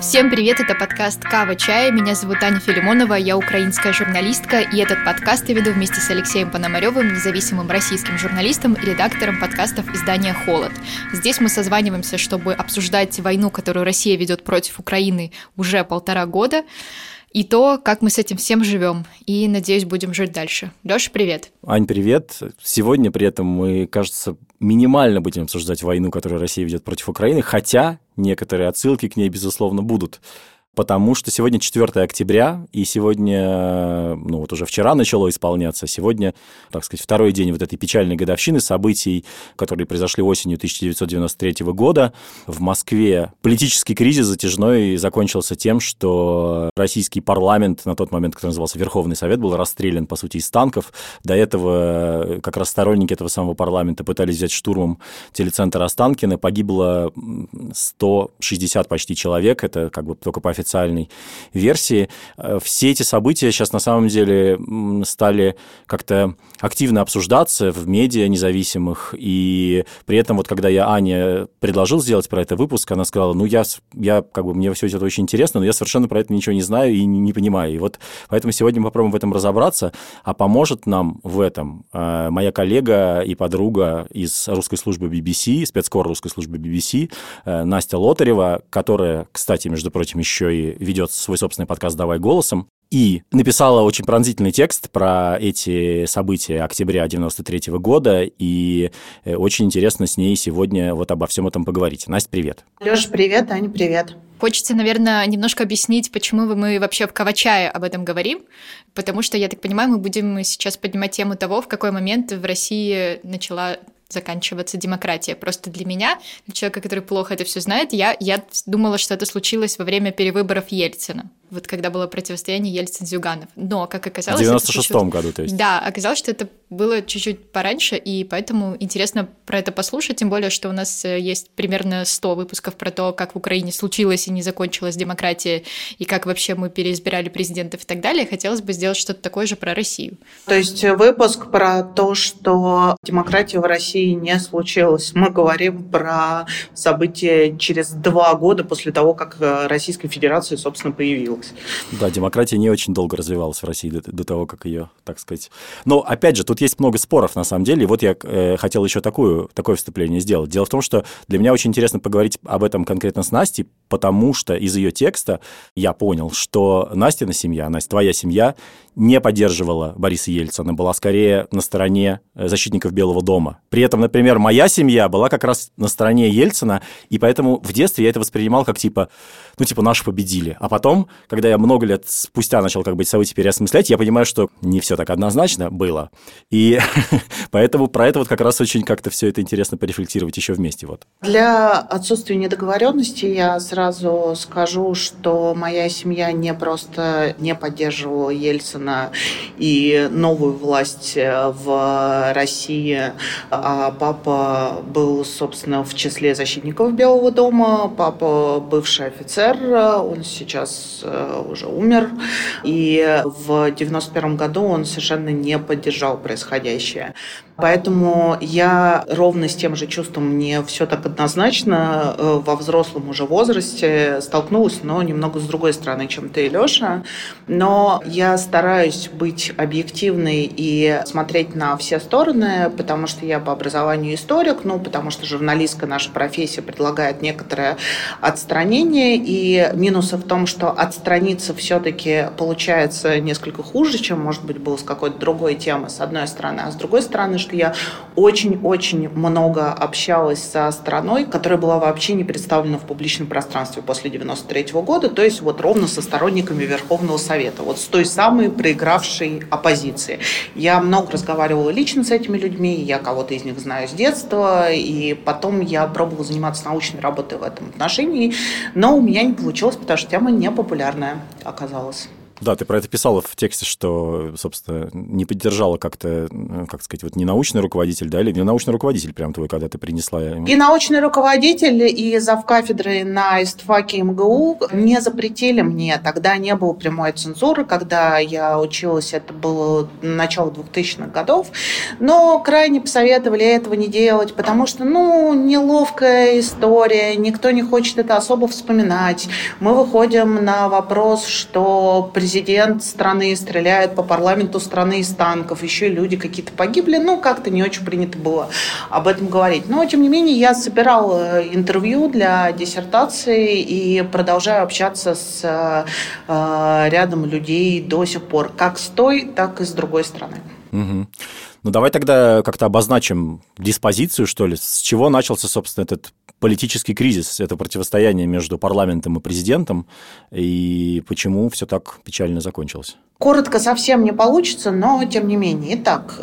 Всем привет, это подкаст «Кава Чая». Меня зовут Аня Филимонова, я украинская журналистка, и этот подкаст я веду вместе с Алексеем Пономаревым, независимым российским журналистом и редактором подкастов издания «Холод». Здесь мы созваниваемся, чтобы обсуждать войну, которую Россия ведет против Украины уже 1,5 года, и то, как мы с этим всем живем, и, надеюсь, будем жить дальше. Лёша, привет. Ань, привет. Сегодня при этом мы, кажется, минимально будем обсуждать войну, которую Россия ведет против Украины, хотя некоторые отсылки к ней, безусловно, будут. Потому что сегодня 4 октября, и сегодня, уже вчера начало исполняться, сегодня, так сказать, второй день вот этой печальной годовщины событий, которые произошли осенью 1993 года. В Москве политический кризис затяжной закончился тем, что российский парламент, на тот момент, который назывался Верховный Совет, был расстрелян, по сути, из танков. До этого как раз сторонники этого самого парламента пытались взять штурмом телецентр Останкино. Погибло 160 почти человек, это как бы только по официальной версии. Все эти события сейчас на самом деле стали как-то активно обсуждаться в медиа независимых, и при этом вот когда я Ане предложил сделать про это выпуск, она сказала, я как бы мне все это очень интересно, но я совершенно про это ничего не знаю и не понимаю. И вот поэтому сегодня мы попробуем в этом разобраться, а поможет нам в этом моя коллега и подруга из русской службы BBC, спецкор русской службы BBC, Настя Лотарева, которая, кстати, между прочим, еще и ведет свой собственный подкаст «Давай голосом», и написала очень пронзительный текст про эти события октября 1993 года, и очень интересно с ней сегодня вот обо всем этом поговорить. Настя, привет. Лёша, привет, Аня, привет. Хочется, наверное, немножко объяснить, почему мы вообще в «Кава Чая» об этом говорим, потому что, я так понимаю, мы будем сейчас поднимать тему того, в какой момент в России начала заканчиваться демократия. Просто для меня, для человека, который плохо это все знает, я думала, что это случилось во время перевыборов Ельцина. Вот когда было противостояние Ельцин-Зюганов. Но, как оказалось... В 96-м году, то есть. Да, оказалось, что это было чуть-чуть пораньше, и поэтому интересно про это послушать, тем более, что у нас есть примерно 100 выпусков про то, как в Украине случилась и не закончилась демократия, и как вообще мы переизбирали президентов и так далее. Хотелось бы сделать что-то такое же про Россию. То есть выпуск про то, что демократия в России не случилась. Мы говорим про события через 2 года после того, как Российская Федерация, собственно, появилась. Да, демократия не очень долго развивалась в России до того, как ее, так сказать... Но, опять же, тут есть много споров, на самом деле, и вот я хотел еще такое вступление сделать. Дело в том, что для меня очень интересно поговорить об этом конкретно с Настей, потому что из ее текста я понял, что Настина семья, Настя, твоя семья, не поддерживала Бориса Ельцина, была скорее на стороне защитников Белого дома. При этом, например, моя семья была как раз на стороне Ельцина, и поэтому в детстве я это воспринимал как наши победили. А потом, когда я много лет спустя начал эти события переосмыслять, я понимаю, что не все так однозначно было. И поэтому про это как раз очень как-то все это интересно порефлексировать еще вместе. Для отсутствия недоговоренности я сразу скажу, что моя семья не просто не поддерживала Ельцина и новую власть в России, а папа был, собственно, в числе защитников Белого дома. Папа бывший офицер, он сейчас уже умер. И в 91 году он совершенно не поддержал происходящее. Поэтому я ровно с тем же чувством, не все так однозначно, во взрослом уже возрасте столкнулась, но немного с другой стороны, чем ты, Лёша. Но я стараюсь быть объективной и смотреть на все стороны, потому что я по образованию историк, потому что журналистская наша профессия предлагает некоторое отстранение, и минусы в том, что отстраниться все-таки получается несколько хуже, чем, может быть, было с какой-то другой темы, с одной стороны, а с другой стороны, что я очень-очень много общалась со страной, которая была вообще не представлена в публичном пространстве после 93 года, то есть ровно со сторонниками Верховного Совета, с той самой проигравшей оппозиции. Я много разговаривала лично с этими людьми, я кого-то из них знаю с детства, и потом я пробовала заниматься научной работой в этом отношении, но у меня не получилось, потому что тема непопулярная оказалась. Да, ты про это писала в тексте, что, собственно, не поддержала как-то, как сказать, вот не научный руководитель, да, или не научный руководитель прям твой, когда ты принесла ему? И научный руководитель, и завкафедры на истфаке МГУ не запретили мне. Тогда не было прямой цензуры, когда я училась, это было начало 2000-х годов, но крайне посоветовали этого не делать, потому что, неловкая история, никто не хочет это особо вспоминать. Мы выходим на вопрос, что президент страны стреляет по парламенту страны из танков, еще и люди какие-то погибли, как-то не очень принято было об этом говорить. Но, тем не менее, я собирала интервью для диссертации и продолжаю общаться с рядом людей до сих пор, как с той, так и с другой стороны. Угу. Давай тогда как-то обозначим диспозицию, что ли, с чего начался, собственно, этот политический кризис, это противостояние между парламентом и президентом, и почему все так печально закончилось? Коротко совсем не получится, но тем не менее. Итак,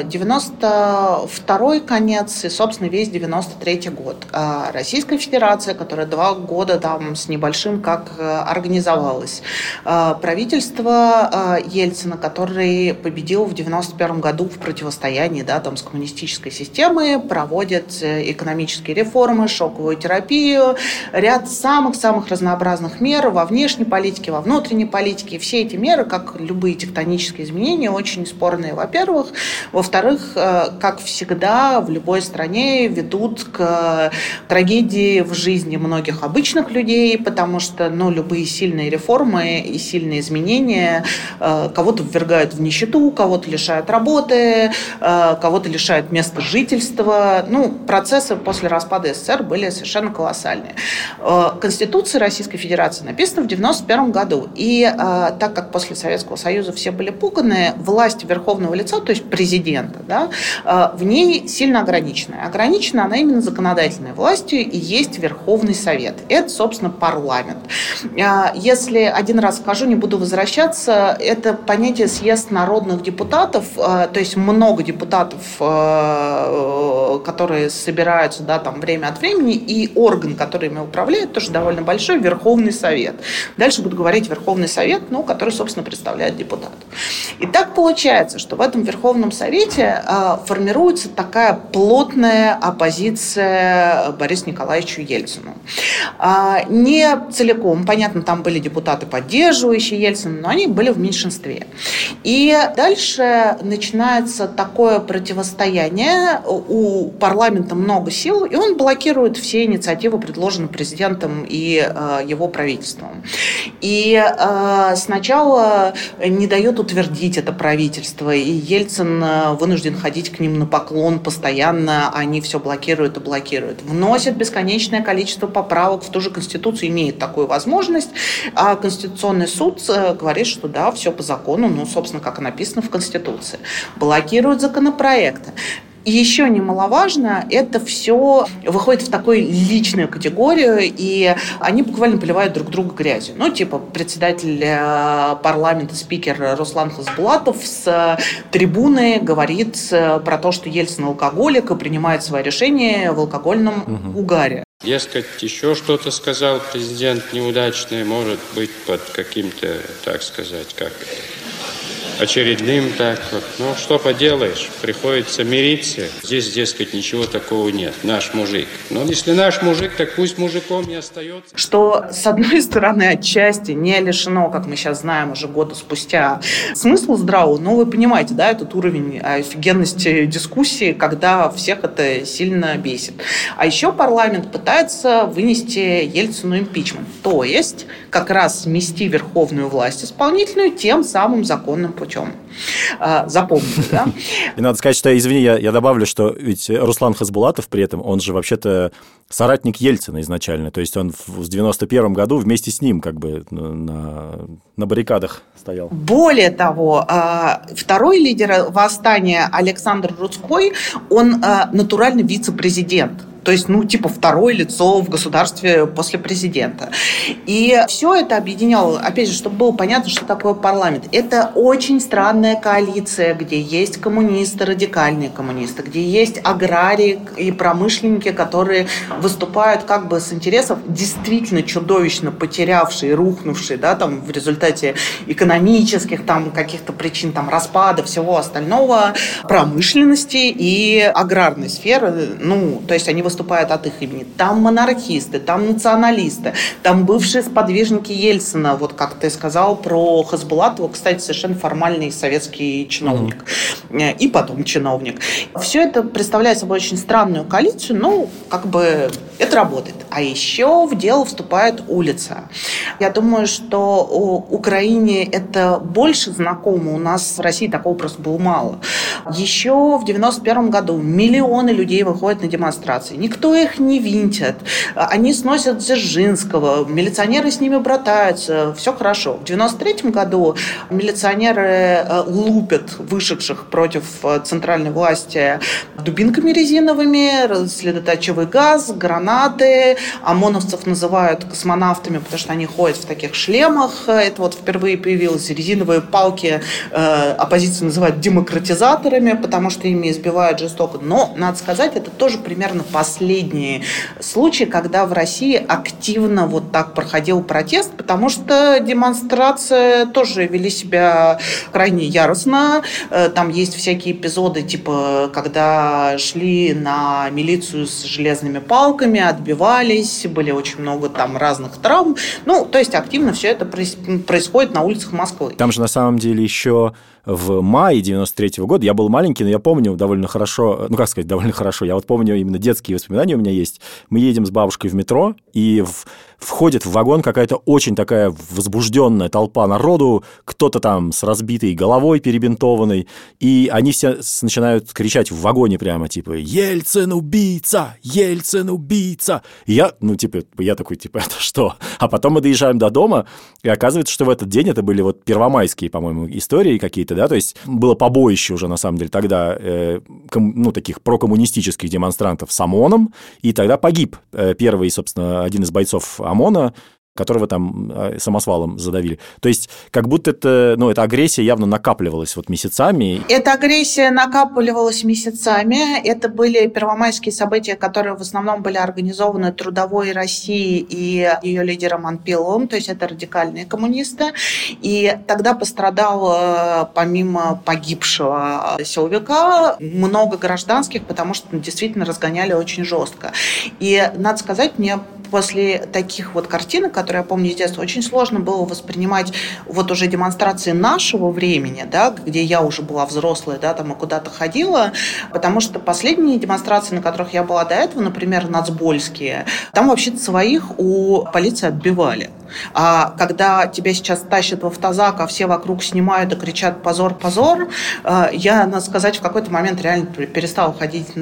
92-й конец и, собственно, весь 93-й год. Российская Федерация, которая 2 года там с небольшим как организовалась. Правительство Ельцина, который победил в 91 году в противостоянии с коммунистической системой, проводит экономические реформы, шоковую терапию, ряд самых-самых разнообразных мер во внешней политике, во внутренней политике. Все эти меры, как любые тектонические изменения, очень спорные, во-первых. Во-вторых, как всегда, в любой стране ведут к трагедии в жизни многих обычных людей, потому что любые сильные реформы и сильные изменения кого-то ввергают в нищету, кого-то лишают работы, кого-то лишают места жительства. Процессы после распада СССР были совершенно колоссальные. Конституция Российской Федерации написана в 91 году. И так как после Советского Союза все были пуганы, власть верховного лица, то есть президента, в ней сильно ограничена. Ограничена она именно законодательной властью, и есть Верховный Совет. Это, собственно, парламент. Если один раз скажу, не буду возвращаться, это понятие съезд народных депутатов, то есть много депутатов, которые собираются время от времени, и орган, который ими управляет, тоже довольно большой, Верховный Совет. Дальше буду говорить Верховный Совет, который, собственно, представляет депутатов. И так получается, что в этом Верховном Совете формируется такая плотная оппозиция Борису Николаевичу Ельцину. Не целиком, понятно, там были депутаты, поддерживающие Ельцина, но они были в меньшинстве. И дальше начинается такое противостояние, у парламента много сил, и он блокирует все инициативы, предложенные президентом и его правительством. И сначала не дает утвердить это правительство, и Ельцин вынужден ходить к ним на поклон постоянно, они все блокируют и блокируют. Вносят бесконечное количество поправок в ту же Конституцию, имеет такую возможность, а Конституционный суд говорит, что да, все по закону, собственно, как написано в Конституции. Блокируют законопроекты. И еще немаловажно, это все выходит в такую личную категорию, и они буквально поливают друг друга грязью. Председатель парламента, спикер Руслан Хасбулатов с трибуны говорит про то, что Ельцин алкоголик и принимает свои решения в алкогольном угаре. Дескать, еще что-то сказал президент неудачное, может быть, под каким-то, так сказать, как очередным так вот. Что поделаешь, приходится мириться. Здесь, дескать, ничего такого нет. Наш мужик. Но если наш мужик, так пусть мужиком и остается. Что, с одной стороны, отчасти не лишено, как мы сейчас знаем, уже года спустя, смысла здравого, но вы понимаете, этот уровень офигенности дискуссии, когда всех это сильно бесит. А еще парламент пытается вынести Ельцину импичмент, то есть как раз смести верховную власть исполнительную тем самым законным путем. Запомните, да? И надо сказать, что, извини, я добавлю, что ведь Руслан Хасбулатов при этом, он же вообще-то соратник Ельцина изначально, то есть он в 91 году вместе с ним на баррикадах стоял. Более того, второй лидер восстания Александр Рудской, он натуральный вице-президент То есть, второе лицо в государстве после президента. И все это объединяло, опять же, чтобы было понятно, что такое парламент. Это очень странная коалиция, где есть коммунисты, радикальные коммунисты, где есть аграрии и промышленники, которые выступают как бы с интересов действительно чудовищно потерявшие, рухнувшие, в результате экономических каких-то причин, распада, всего остального, промышленности и аграрной сферы. То есть они выступают от их имени. Там монархисты, там националисты, там бывшие сподвижники Ельцина, вот как ты сказал про Хасбулатова, кстати, совершенно формальный советский чиновник. И потом чиновник. Все это представляет собой очень странную коалицию, но это работает. А еще в дело вступает улица. Я думаю, что Украине это больше знакомо. У нас в России такого просто было мало. Еще в 1991 году миллионы людей выходят на демонстрации. Никто их не винтит. Они сносят Дзержинского. Милиционеры с ними братаются. Все хорошо. В 1993 году милиционеры лупят вышедших против центральной власти дубинками резиновыми, слезоточивый газ, гранаты. ОМОНовцев называют космонавтами, потому что они ходят в таких шлемах. Это впервые появилось. Резиновые палки оппозиция называет демократизаторами, потому что ими избивают жестоко. Но, надо сказать, это тоже примерно последний случай, когда в России активно так проходил протест, потому что демонстрации тоже вели себя крайне яростно. Там есть всякие эпизоды, когда шли на милицию с железными палками, отбивались, были очень много разных травм. То есть активно все это происходит на улицах Москвы. Там же на самом деле еще в мае 93-го года, я был маленький, но я помню довольно хорошо, довольно хорошо, я помню именно детские воспоминания у меня есть. Мы едем с бабушкой в метро, и входит в вагон какая-то очень такая возбужденная толпа народу, кто-то там с разбитой головой перебинтованной, и они все начинают кричать в вагоне прямо, «Ельцин убийца! Ельцин убийца!» И я такой, это что? А потом мы доезжаем до дома, и оказывается, что в этот день это были первомайские, по-моему, истории какие-то, то есть было побоище уже, на самом деле, тогда, таких прокоммунистических демонстрантов с ОМОНом, и тогда погиб первый, собственно, один из бойцов ОМОНа, которого там самосвалом задавили. То есть как будто эта агрессия явно накапливалась месяцами. Эта агрессия накапливалась месяцами. Это были первомайские события, которые в основном были организованы Трудовой Россией и ее лидером Анпиловым, то есть это радикальные коммунисты. И тогда пострадало, помимо погибшего силовика, много гражданских, потому что действительно разгоняли очень жестко. И надо сказать, мне после таких картинок, которые я помню с детства, очень сложно было воспринимать уже демонстрации нашего времени, где я уже была взрослая, и куда-то ходила, потому что последние демонстрации, на которых я была до этого, например, нацбольские, там вообще-то своих у полиции отбивали. А когда тебя сейчас тащат в автозак, а все вокруг снимают и кричат «позор, позор», я, надо сказать, в какой-то момент реально перестала ходить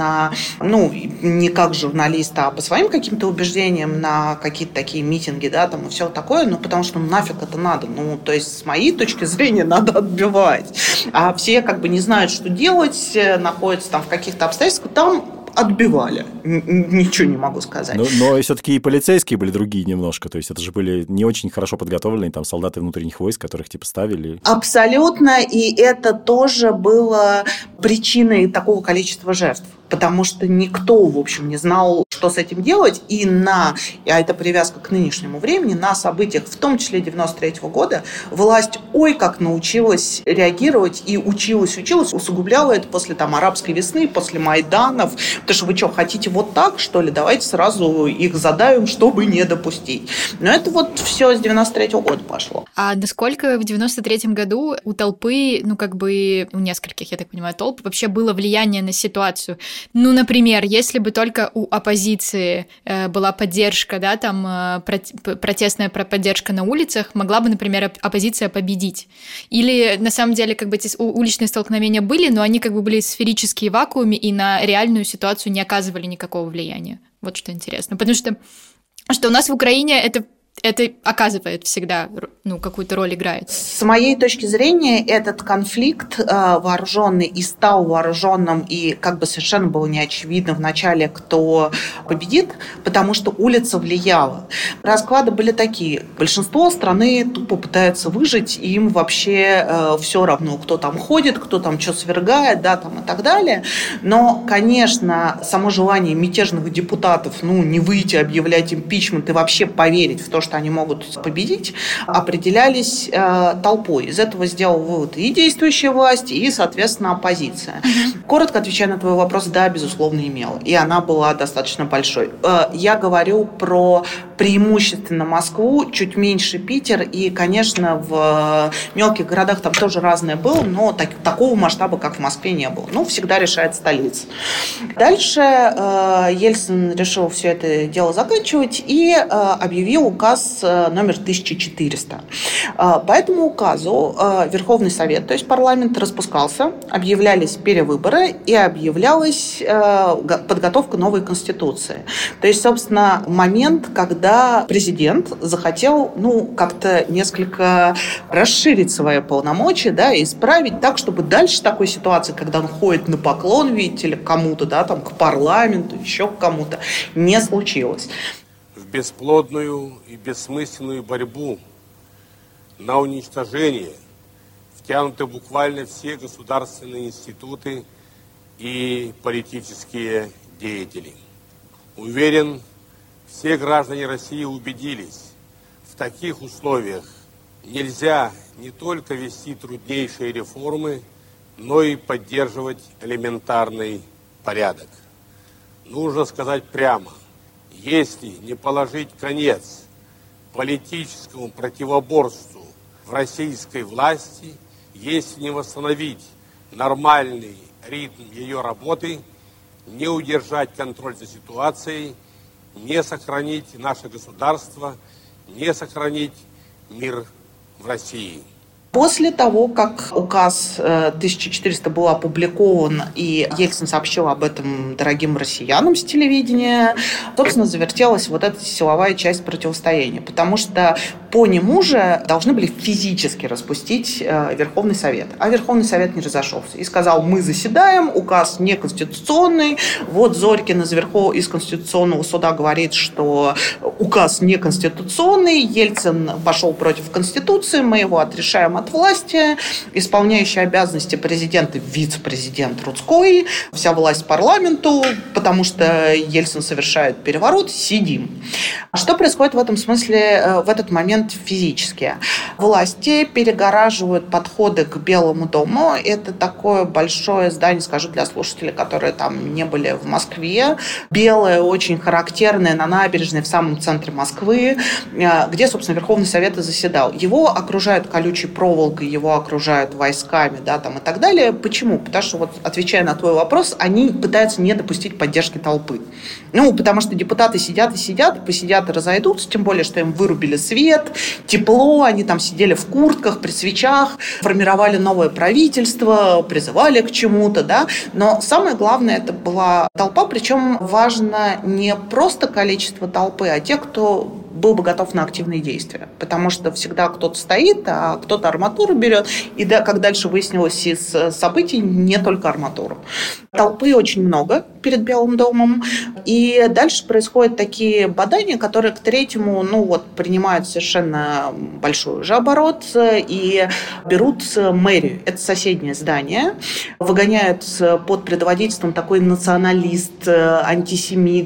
не как журналист, а по своим каким-то убеждениям на какие-то такие митинги, и все такое, потому что нафиг это надо. То есть с моей точки зрения надо отбивать. А все не знают, что делать, находятся в каких-то обстоятельствах, там отбивали. Ничего не могу сказать. Но все-таки и полицейские были другие немножко. То есть это же были не очень хорошо подготовленные солдаты внутренних войск, которых ставили. Абсолютно. И это тоже было причиной такого количества жертв. Потому что никто, в общем, не знал, что с этим делать. И а это привязка к нынешнему времени, на событиях, в том числе 93-го года, власть как научилась реагировать и училась, усугубляла это после арабской весны, после Майданов. Потому что вы что, хотите так, что ли? Давайте сразу их задавим, чтобы не допустить. Но это все с 93-го года пошло. А насколько в 93-м году у толпы, у нескольких, я так понимаю, толп вообще было влияние на ситуацию? Например, если бы только у оппозиции была поддержка, протестная поддержка на улицах, могла бы, например, оппозиция победить. Или, на самом деле, эти уличные столкновения были, но они были сферические в вакууме и на реальную ситуацию не оказывали никакого влияния. Вот что интересно. Потому что у нас в Украине это оказывает всегда, какую-то роль играет? С моей точки зрения, этот конфликт вооруженный и стал вооруженным, и совершенно было неочевидно вначале, кто победит, потому что улица влияла. Расклады были такие. Большинство страны тупо пытаются выжить, и им вообще все равно, кто там ходит, кто там что свергает, и так далее. Но, конечно, само желание мятежных депутатов, не выйти, объявлять импичмент и вообще поверить в то, что они могут победить, определялись толпой. Из этого сделал вывод и действующая власть, и, соответственно, оппозиция. Коротко отвечая на твой вопрос, да, безусловно, имела. И она была достаточно большой. Я говорю про преимущественно Москву, чуть меньше Питер, и, конечно, в мелких городах там тоже разное было, но такого масштаба, как в Москве, не было. Всегда решает столица. Дальше Ельцин решил все это дело заканчивать и объявил указ номер 1400. По этому указу Верховный Совет, то есть парламент, распускался, объявлялись перевыборы и объявлялась подготовка новой Конституции. То есть, собственно, момент, когда президент захотел, как-то несколько расширить свои полномочия, и исправить так, чтобы дальше такой ситуации, когда он ходит на поклон, видите ли, к кому-то, к парламенту, еще к кому-то, не случилось. В бесплодную и бессмысленную борьбу на уничтожение втянуты буквально все государственные институты и политические деятели. Уверен, все граждане России убедились, в таких условиях нельзя не только вести труднейшие реформы, но и поддерживать элементарный порядок. Нужно сказать прямо, если не положить конец политическому противоборству в российской власти, если не восстановить нормальный ритм ее работы, не удержать контроль за ситуацией, не сохранить наше государство, не сохранить мир в России. После того, как указ 1400 был опубликован, и Ельцин сообщил об этом дорогим россиянам с телевидения, собственно, завертелась вот эта силовая часть противостояния, потому что по нему же должны были физически распустить Верховный Совет. А Верховный Совет не разошелся и сказал: мы заседаем, указ неконституционный. Вот Зорькин из Конституционного суда говорит, что указ неконституционный, Ельцин пошел против Конституции, мы его отрешаем от власти, исполняющий обязанности президента вице-президент Рудской, вся власть парламенту, потому что Ельцин совершает переворот, сидим. Что происходит в этом смысле в этот момент физически? Власти перегораживают подходы к Белому дому. Это такое большое здание, скажу для слушателей, которые там не были в Москве, белое, очень характерное, на набережной в самом центре Москвы, где, собственно, Верховный Совет и заседал. Его окружают колючей проволокой, его окружают войсками, и так далее. Почему? Потому что, отвечая на твой вопрос, они пытаются не допустить поддержки толпы. Потому что депутаты сидят и сидят, посидят и разойдутся, тем более, что им вырубили свет, тепло, они там сидели в куртках, при свечах, формировали новое правительство, призывали к чему-то, Но самое главное, это была толпа, причем важно не просто количество толпы, а те, кто был бы готов на активные действия. Потому что всегда кто-то стоит, а кто-то арматуру берет. И как дальше выяснилось из событий, не только арматуру. Толпы очень много перед Белым домом. И дальше происходят такие бадания, которые к третьему, принимают совершенно большой уже оборот и берут мэрию. Это соседнее здание. Выгоняют под предводительством такой националист, антисемит,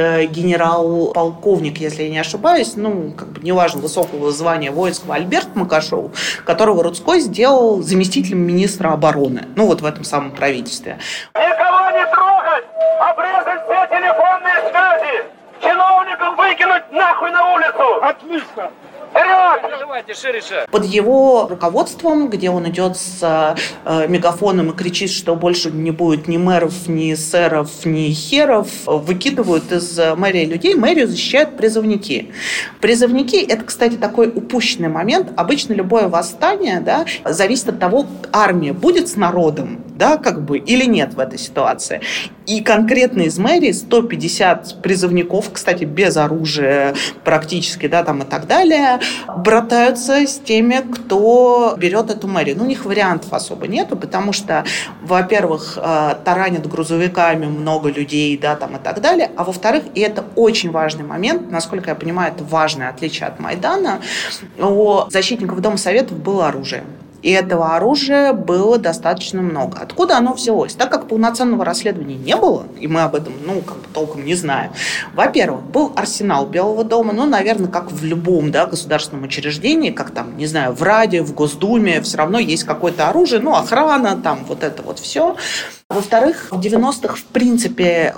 генерал-полковник, если я не ошибаюсь, неважно, высокого звания воинского, Альберт Макашов, которого Рудской сделал заместителем министра обороны. В этом самом правительстве. Никого не трогать! Обрезать все телефонные связи! Чиновников выкинуть нахуй на улицу! Отлично! Давайте шире. Под его руководством, где он идет с мегафоном и кричит, что больше не будет ни мэров, ни сэров, ни херов, выкидывают из мэрии людей. Мэрию защищают призывники. Призывники – это, кстати, такой упущенный момент. Обычно любое восстание зависит от того, армия будет с народом да, как бы, или нет в этой ситуации. И конкретно из мэрии 150 призывников, кстати, без оружия практически, да, там и так далее, братаются с теми, кто берет эту мэрию. Ну, у них вариантов особо нету, потому что, во-первых, таранят грузовиками много людей, да, там и так далее, а во-вторых, и это очень важный момент, насколько я понимаю, это важное отличие от Майдана, у защитников Дома Советов было оружие. И этого оружия было достаточно много. Откуда оно взялось? Так как полноценного расследования не было, и мы об этом, толком не знаем. Во-первых, был арсенал Белого дома, наверное, как в любом, да, государственном учреждении, как там, не знаю, в Раде, в Госдуме, все равно есть какое-то оружие, охрана, там, вот это вот все. Во-вторых, в 90-х, в принципе,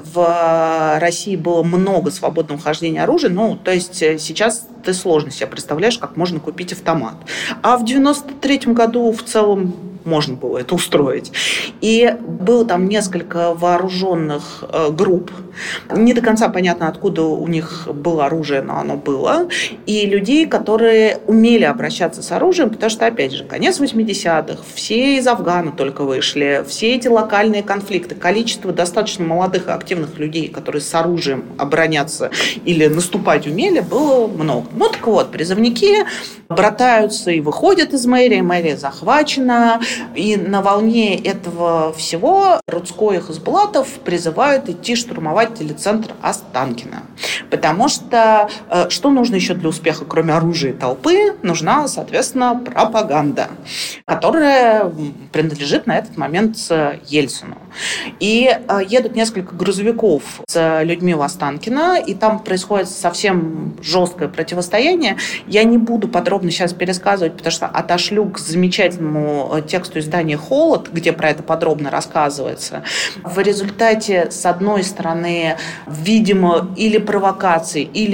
в России было много свободного хождения оружия. То есть сейчас ты сложно себе представляешь, как можно купить автомат. А в 93-м году в целом можно было это устроить. И было там несколько вооруженных групп. Не до конца понятно, откуда у них было оружие, но оно было. И людей, которые умели обращаться с оружием, потому что, опять же, конец 80-х, все из Афгана только вышли, все эти локальные конфликты, количество достаточно молодых и активных людей, которые с оружием обороняться или наступать умели, было много. Так вот, призывники братаются и выходят из мэрии, мэрия захвачена, и на волне этого всего Рудской и Хасбулатов призывают идти штурмовать телецентр Останкино. Потому что что нужно еще для успеха, кроме оружия и толпы? Нужна, соответственно, пропаганда, которая принадлежит на этот момент Ельцину. И едут несколько грузовиков с людьми в Останкино, и там происходит совсем жесткое противостояние. Я не буду подробно сейчас пересказывать, потому что отошлю к замечательному тексту издания «Холод», где про это подробно рассказывается. В результате, с одной стороны, видимо, или провокации, или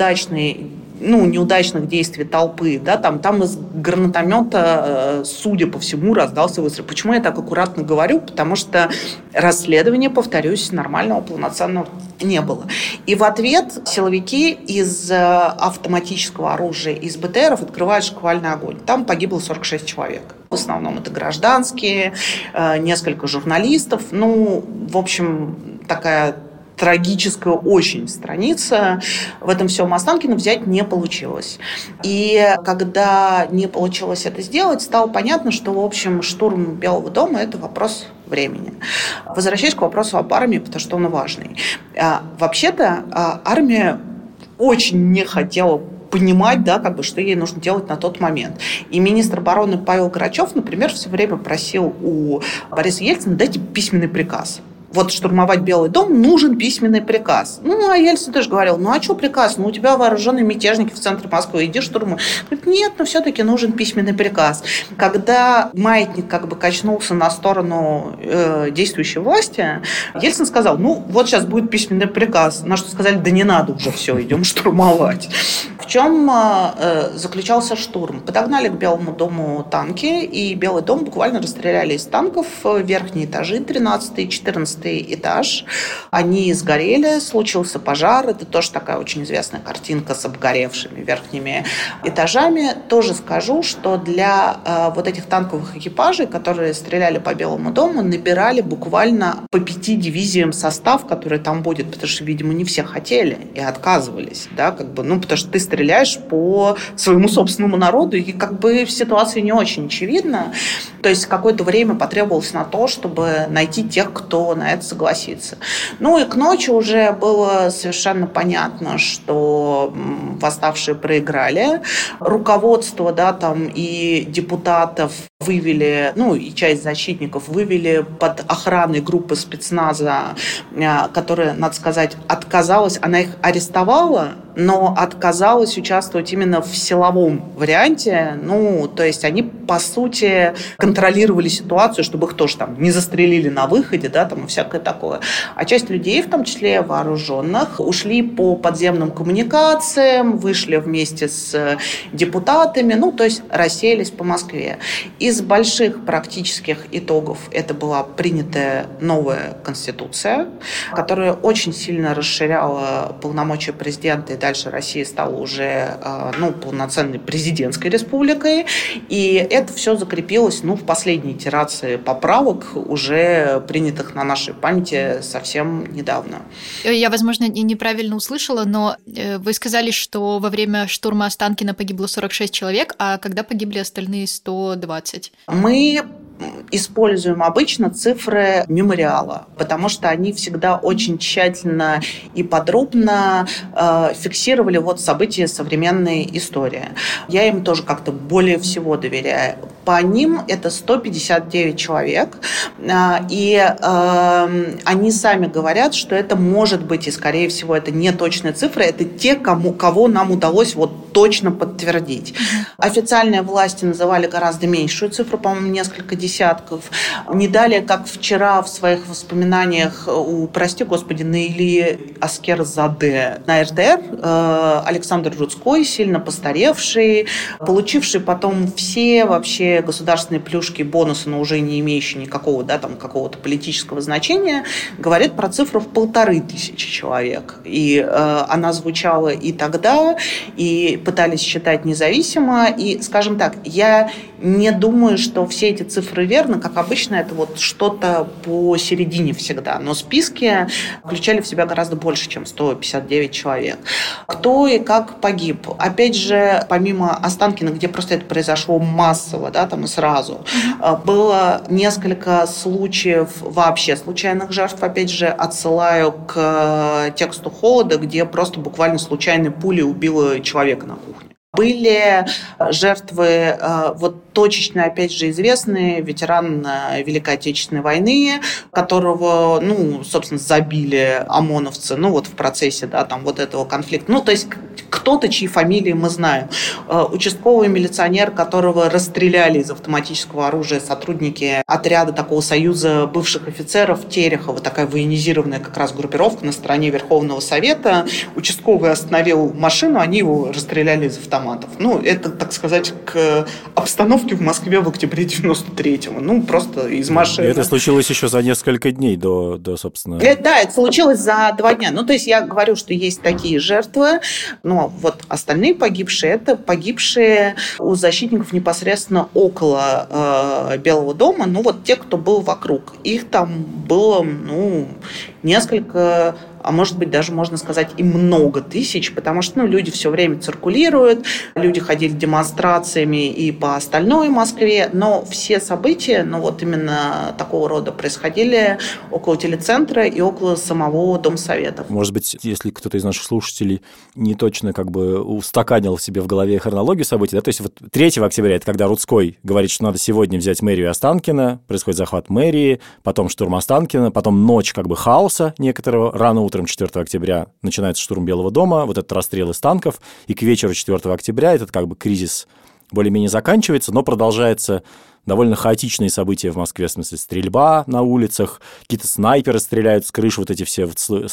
неудачных действий толпы, да, там из гранатомета, судя по всему, раздался выстрел. Почему я так аккуратно говорю? Потому что расследования, повторюсь, нормального, полноценного не было. И в ответ силовики из автоматического оружия, из БТРов открывают шквальный огонь. Там погибло 46 человек. В основном это гражданские, несколько журналистов. В общем, такая трагическая очень страница. В этом всем Останкино взять не получилось. И когда не получилось это сделать, стало понятно, что, в общем, штурм Белого дома – это вопрос времени. Возвращаясь к вопросу об армии, потому что он важный. Вообще-то армия очень не хотела понимать, да, что ей нужно делать на тот момент. И министр обороны Павел Грачев, например, все время просил у Бориса Ельцина: дайте письменный приказ. Вот штурмовать Белый дом нужен письменный приказ. А Ельцин тоже говорил: а что приказ? У тебя вооруженные мятежники в центре Москвы, иди штурмуй. Говорит: нет, все-таки нужен письменный приказ. Когда маятник качнулся на сторону действующей власти, Ельцин сказал: вот сейчас будет письменный приказ. На что сказали: да не надо уже, все, идем штурмовать. В чем заключался штурм? Подогнали к Белому дому танки, и Белый дом буквально расстреляли из танков верхние этажи, 13 и 14 этаж. Они сгорели, случился пожар. Это тоже такая очень известная картинка с обгоревшими верхними этажами. Тоже скажу, что для вот этих танковых экипажей, которые стреляли по Белому дому, набирали буквально по 5 дивизиям состав, который там будет, потому что, видимо, не все хотели и отказывались, да, потому что ты стреляешь по своему собственному народу, и в ситуации не очень очевидно. То есть какое-то время потребовалось на то, чтобы найти тех, кто на это согласится. И к ночи уже было совершенно понятно, что восставшие проиграли. Руководство, и депутатов вывели, и часть защитников вывели под охраной группы спецназа, которая, надо сказать, отказалась. Она их арестовала, но отказалась участвовать именно в силовом варианте. То есть они, по сути, контролировали ситуацию, чтобы их тоже не застрелили на выходе, и всякое такое. А часть людей, в том числе вооруженных, ушли по подземным коммуникациям, вышли вместе с депутатами, то есть рассеялись по Москве. Из Из больших практических итогов это была принятая новая конституция, которая очень сильно расширяла полномочия президента, и дальше Россия стала уже полноценной президентской республикой. И это все закрепилось в последней итерации поправок, уже принятых на нашей памяти совсем недавно. Я, возможно, неправильно услышала, но вы сказали, что во время штурма Останкино погибло 46 человек, а когда погибли остальные 120? Мы используем обычно цифры мемориала, потому что они всегда очень тщательно и подробно фиксировали события современной истории. Я им тоже как-то более всего доверяю. По ним это 159 человек, и они сами говорят, что это может быть, и скорее всего это не точные цифры, это те, кого нам удалось точно подтвердить. Официальные власти называли гораздо меньшую цифру, по-моему, несколько десятков. Не далее, как вчера в своих воспоминаниях у, прости господи, Наили Аскерзаде на РТР Александр Рудской, сильно постаревший, получивший потом все вообще государственные плюшки и бонусы, но уже не имеющие никакого, какого-то политического значения, говорит про цифру в 1500 человек. И она звучала и тогда, и пытались считать независимо. И, скажем так, я не думаю, что все эти цифры верны. Как обычно, это что-то посередине всегда. Но списки включали в себя гораздо больше, чем 159 человек. Кто и как погиб? Опять же, помимо Останкино, где просто это произошло массово, там и сразу, было несколько случаев вообще случайных жертв. Опять же, отсылаю к тексту «Холода», где просто буквально случайной пулей убило человека на кухне. Были жертвы, точечно, опять же, известный ветеран Великой Отечественной войны, которого, собственно, забили ОМОНовцы, в процессе, этого конфликта. То есть кто-то, чьи фамилии мы знаем. Участковый милиционер, которого расстреляли из автоматического оружия сотрудники отряда такого союза бывших офицеров Терехова, такая военизированная как раз группировка на стороне Верховного Совета. Участковый остановил машину, они его расстреляли из автоматов. Это, так сказать, к обстановке в Москве в октябре 93-го. Просто из машины. И это случилось еще за несколько дней до собственно... Да, это случилось за 2 дня. То есть я говорю, что есть такие жертвы, но остальные погибшие, это погибшие у защитников непосредственно около Белого дома, те, кто был вокруг. Их там было, несколько, а может быть, даже можно сказать и много тысяч, потому что люди все время циркулируют, люди ходили демонстрациями и по остальной Москве, но все события, именно такого рода происходили около телецентра и около самого Домсовета. Может быть, если кто-то из наших слушателей не точно устаканил себе в голове хронологию событий, то есть 3 октября, это когда Рудской говорит, что надо сегодня взять мэрию Останкино, происходит захват мэрии, потом штурм Останкино, потом ночь хаоса некоторого, рано утром 4 октября начинается штурм Белого дома, этот расстрел из танков, и к вечеру 4 октября этот кризис более-менее заканчивается, но продолжается довольно хаотичные события в Москве, в смысле стрельба на улицах, какие-то снайперы стреляют с крыш, эти все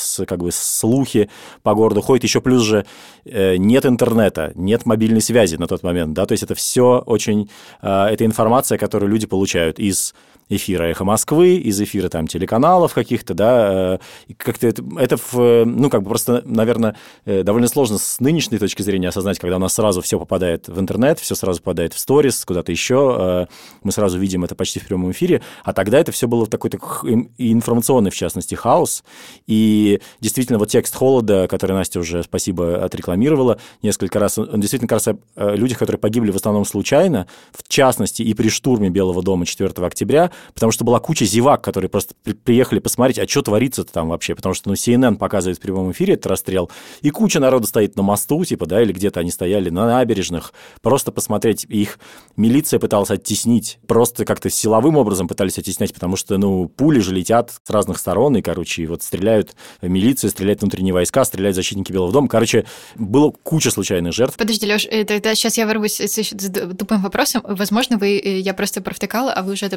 слухи по городу ходят, еще плюс же нет интернета, нет мобильной связи на тот момент, то есть это все очень, это информация, которую люди получают из эфира «Эхо Москвы», из эфира телеканалов каких-то, как-то это просто, наверное, довольно сложно с нынешней точки зрения осознать, когда у нас сразу все попадает в интернет, все сразу попадает в сторис, куда-то еще, мы сразу видим это почти в прямом эфире, а тогда это все было в такой информационный, в частности, хаос, и действительно текст «Холода», который Настя уже, спасибо, отрекламировала несколько раз, он действительно кажется о людях, которые погибли в основном случайно, в частности, и при штурме Белого дома 4 октября, потому что была куча зевак, которые просто приехали посмотреть, а что творится-то там вообще, потому что CNN показывает в прямом эфире этот расстрел, и куча народа стоит на мосту, или где-то они стояли на набережных, просто посмотреть, их милиция пыталась оттеснить, просто как-то силовым образом пытались оттеснять, потому что, пули же летят с разных сторон, и, стреляют милиция, стреляют внутренние войска, стреляют защитники Белого дома, было куча случайных жертв. Подожди, Лёш, тогда сейчас я ворвусь с тупым вопросом, возможно, я просто провтыкала, а вы уже это обсуждали.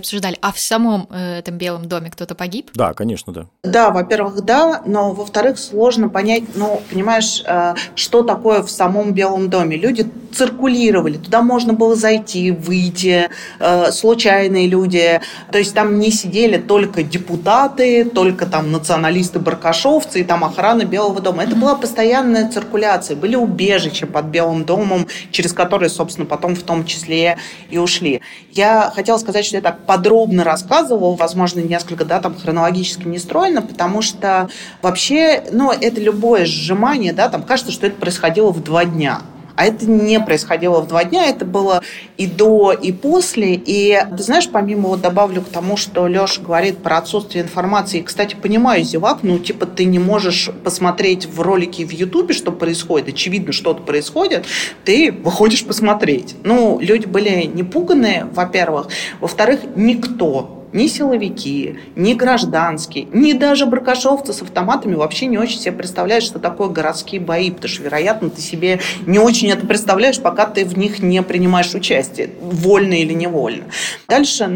А в самом этом Белом доме кто-то погиб? Да, конечно, да. Да, во-первых, да, но, во-вторых, сложно понять, понимаешь, что такое в самом Белом доме. Люди циркулировали, туда можно было зайти, выйти, случайные люди. То есть там не сидели только депутаты, только там националисты-баркашовцы и там охрана Белого дома. Это была постоянная циркуляция. Были убежища под Белым домом, через которые, собственно, потом в том числе и ушли. Я хотела сказать, что я так подробно рассказывала, возможно, несколько, хронологически не стройно, потому что вообще, это любое сжимание, там кажется, что это происходило в 2 дня. А это не происходило в 2 дня, это было и до, и после. И, ты знаешь, помимо, добавлю к тому, что Леша говорит про отсутствие информации. И, кстати, понимаю, зевак, ты не можешь посмотреть в ролике в Ютубе, что происходит. Очевидно, что-то происходит. Ты выходишь посмотреть. Люди были не пуганые, во-первых. Во-вторых, никто, ни силовики, ни гражданские, ни даже баркашовцы с автоматами вообще не очень себе представляют, что такое городские бои, потому что, вероятно, ты себе не очень это представляешь, пока ты в них не принимаешь участие, вольно или невольно. Дальше,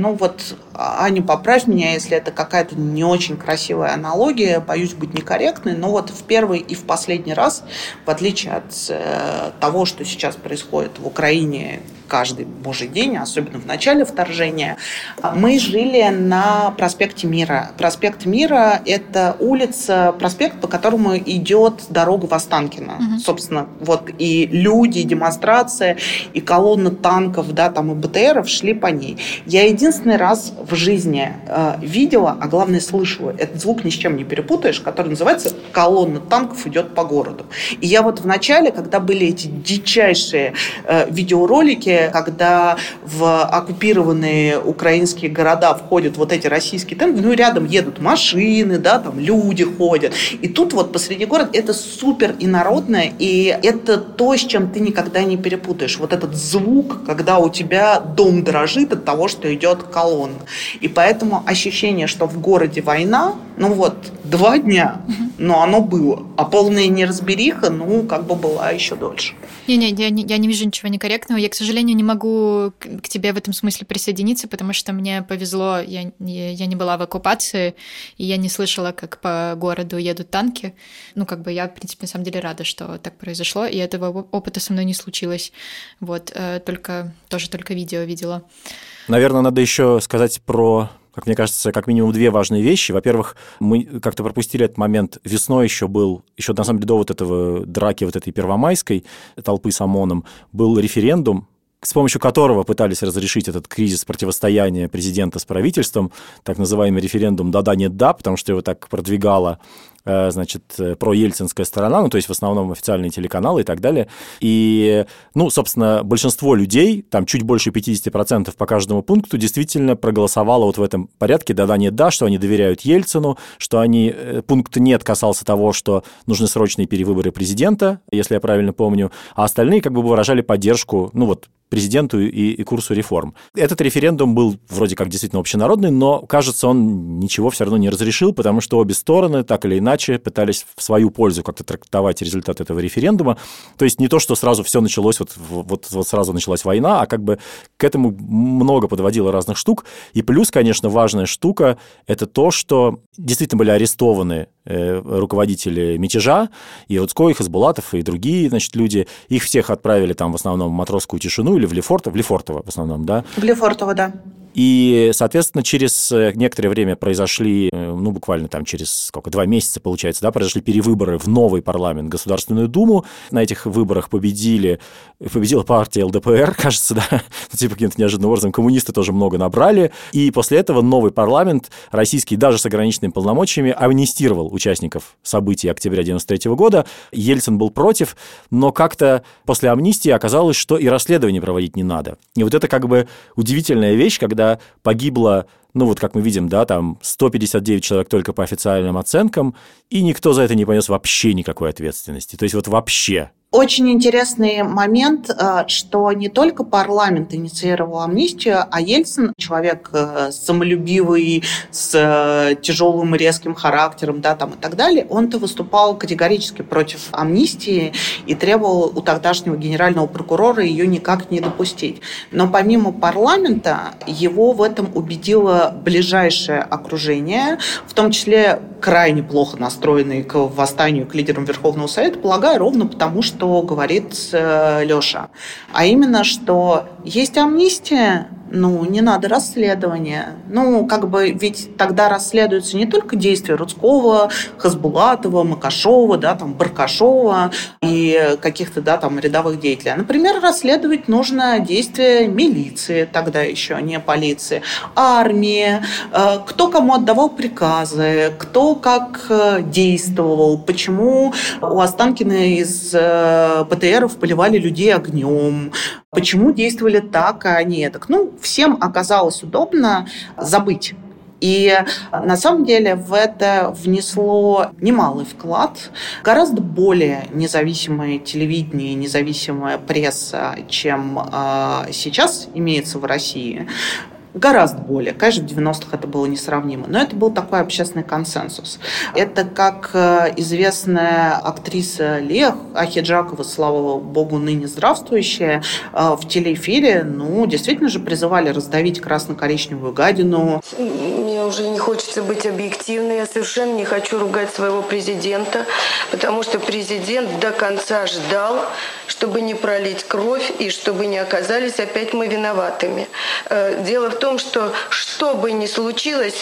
Аня, поправь меня, если это какая-то не очень красивая аналогия, боюсь быть некорректной, но в первый и в последний раз, в отличие от того, что сейчас происходит в Украине каждый божий день, особенно в начале вторжения, мы жили на проспекте Мира. Проспект Мира – это проспект, по которому идет дорога в Останкино. Собственно, и люди, и демонстрация, и колонна танков, и БТРов шли по ней. Я единственный раз в жизни видела, а главное слышала, этот звук ни с чем не перепутаешь, который называется «колонна танков идет по городу». И я в начале, когда были эти дичайшие видеоролики, когда в оккупированные украинские города входят эти российские танки, рядом едут машины, там люди ходят. И тут посреди города это супер инородное, и это то, с чем ты никогда не перепутаешь. Этот звук, когда у тебя дом дрожит от того, что идет колонна. И поэтому ощущение, что в городе война, 2 дня, но оно было. А полная неразбериха, была еще дольше. Я не вижу ничего некорректного. Я, к сожалению, не могу к тебе в этом смысле присоединиться, потому что мне повезло, я не была в оккупации, и я не слышала, как по городу едут танки. Я, в принципе, на самом деле рада, что так произошло, и этого опыта со мной не случилось. Только видео видела. Наверное, надо еще сказать про, как мне кажется, как минимум 2 важные вещи. Во-первых, мы как-то пропустили этот момент. Весной еще на самом деле до этого драки этой первомайской толпы с ОМОНом, был референдум, с помощью которого пытались разрешить этот кризис противостояния президента с правительством, так называемый референдум «да-да, нет-да», потому что его так продвигала проельцинская сторона, то есть в основном официальные телеканалы и так далее. И, собственно, большинство людей, там чуть больше 50% по каждому пункту, действительно проголосовало в этом порядке «да-да, нет-да», что они доверяют Ельцину, что пункт «нет» касался того, что нужны срочные перевыборы президента, если я правильно помню, а остальные выражали поддержку, президенту и курсу реформ. Этот референдум был вроде как действительно общенародный, но, кажется, он ничего все равно не разрешил, потому что обе стороны так или иначе пытались в свою пользу как-то трактовать результат этого референдума. То есть не то, что сразу все началось, сразу началась война, а к этому много подводило разных штук. И плюс, конечно, важная штука – это то, что действительно были арестованы руководители мятежа, и Рудской, и Хасбулатов, и другие, люди. Их всех отправили в основном в Матросскую тишину или в Лефортово в основном, да? В Лефортово, да. И, соответственно, через некоторое время произошли, буквально через 2 месяца, получается, да, произошли перевыборы в новый парламент, Государственную Думу. На этих выборах победила партия ЛДПР, кажется, да, каким-то неожиданным образом. Коммунисты тоже много набрали. И после этого новый парламент, российский, даже с ограниченными полномочиями, амнистировал участников событий октября 1993 года. Ельцин был против, но как-то после амнистии оказалось, что и расследование проводить не надо. И это удивительная вещь, когда погибло, как мы видим, да, 159 человек только по официальным оценкам, и никто за это не понес вообще никакой ответственности. То есть вообще Очень интересный момент, что не только парламент инициировал амнистию, а Ельцин, человек самолюбивый, с тяжелым и резким характером, да, там и так далее, он-то выступал категорически против амнистии и требовал у тогдашнего генерального прокурора ее никак не допустить. Но помимо парламента, его в этом убедило ближайшее окружение, в том числе крайне плохо настроенные к восстанию, к лидерам Верховного Совета, полагаю, ровно потому, что говорит Леша. А именно, что есть амнистия, не надо расследования. Ведь тогда расследуются не только действия Рудского, Хасбулатова, Макашова, да, там, Баркашова и каких-то, да, там, рядовых деятелей. Например, расследовать нужно действия милиции, тогда еще не полиции, армии, кто кому отдавал приказы, кто как действовал, почему у Останкина из БТРов поливали людей огнем, почему действовали так, а не так. Всем оказалось удобно забыть. И на самом деле в это внесло немалый вклад гораздо более независимое телевидение, независимая пресса, чем сейчас имеется в России. Гораздо более. Конечно, в 90-х это было несравнимо, но это был такой общественный консенсус. Это как известная актриса Лея Ахеджакова, слава богу, ныне здравствующая, в телеэфире, действительно же призывали раздавить красно-коричневую гадину. Мне уже не хочется быть объективной, я совершенно не хочу ругать своего президента, потому что президент до конца ждал, чтобы не пролить кровь и чтобы не оказались опять мы виноватыми. Дело в том, что бы ни случилось,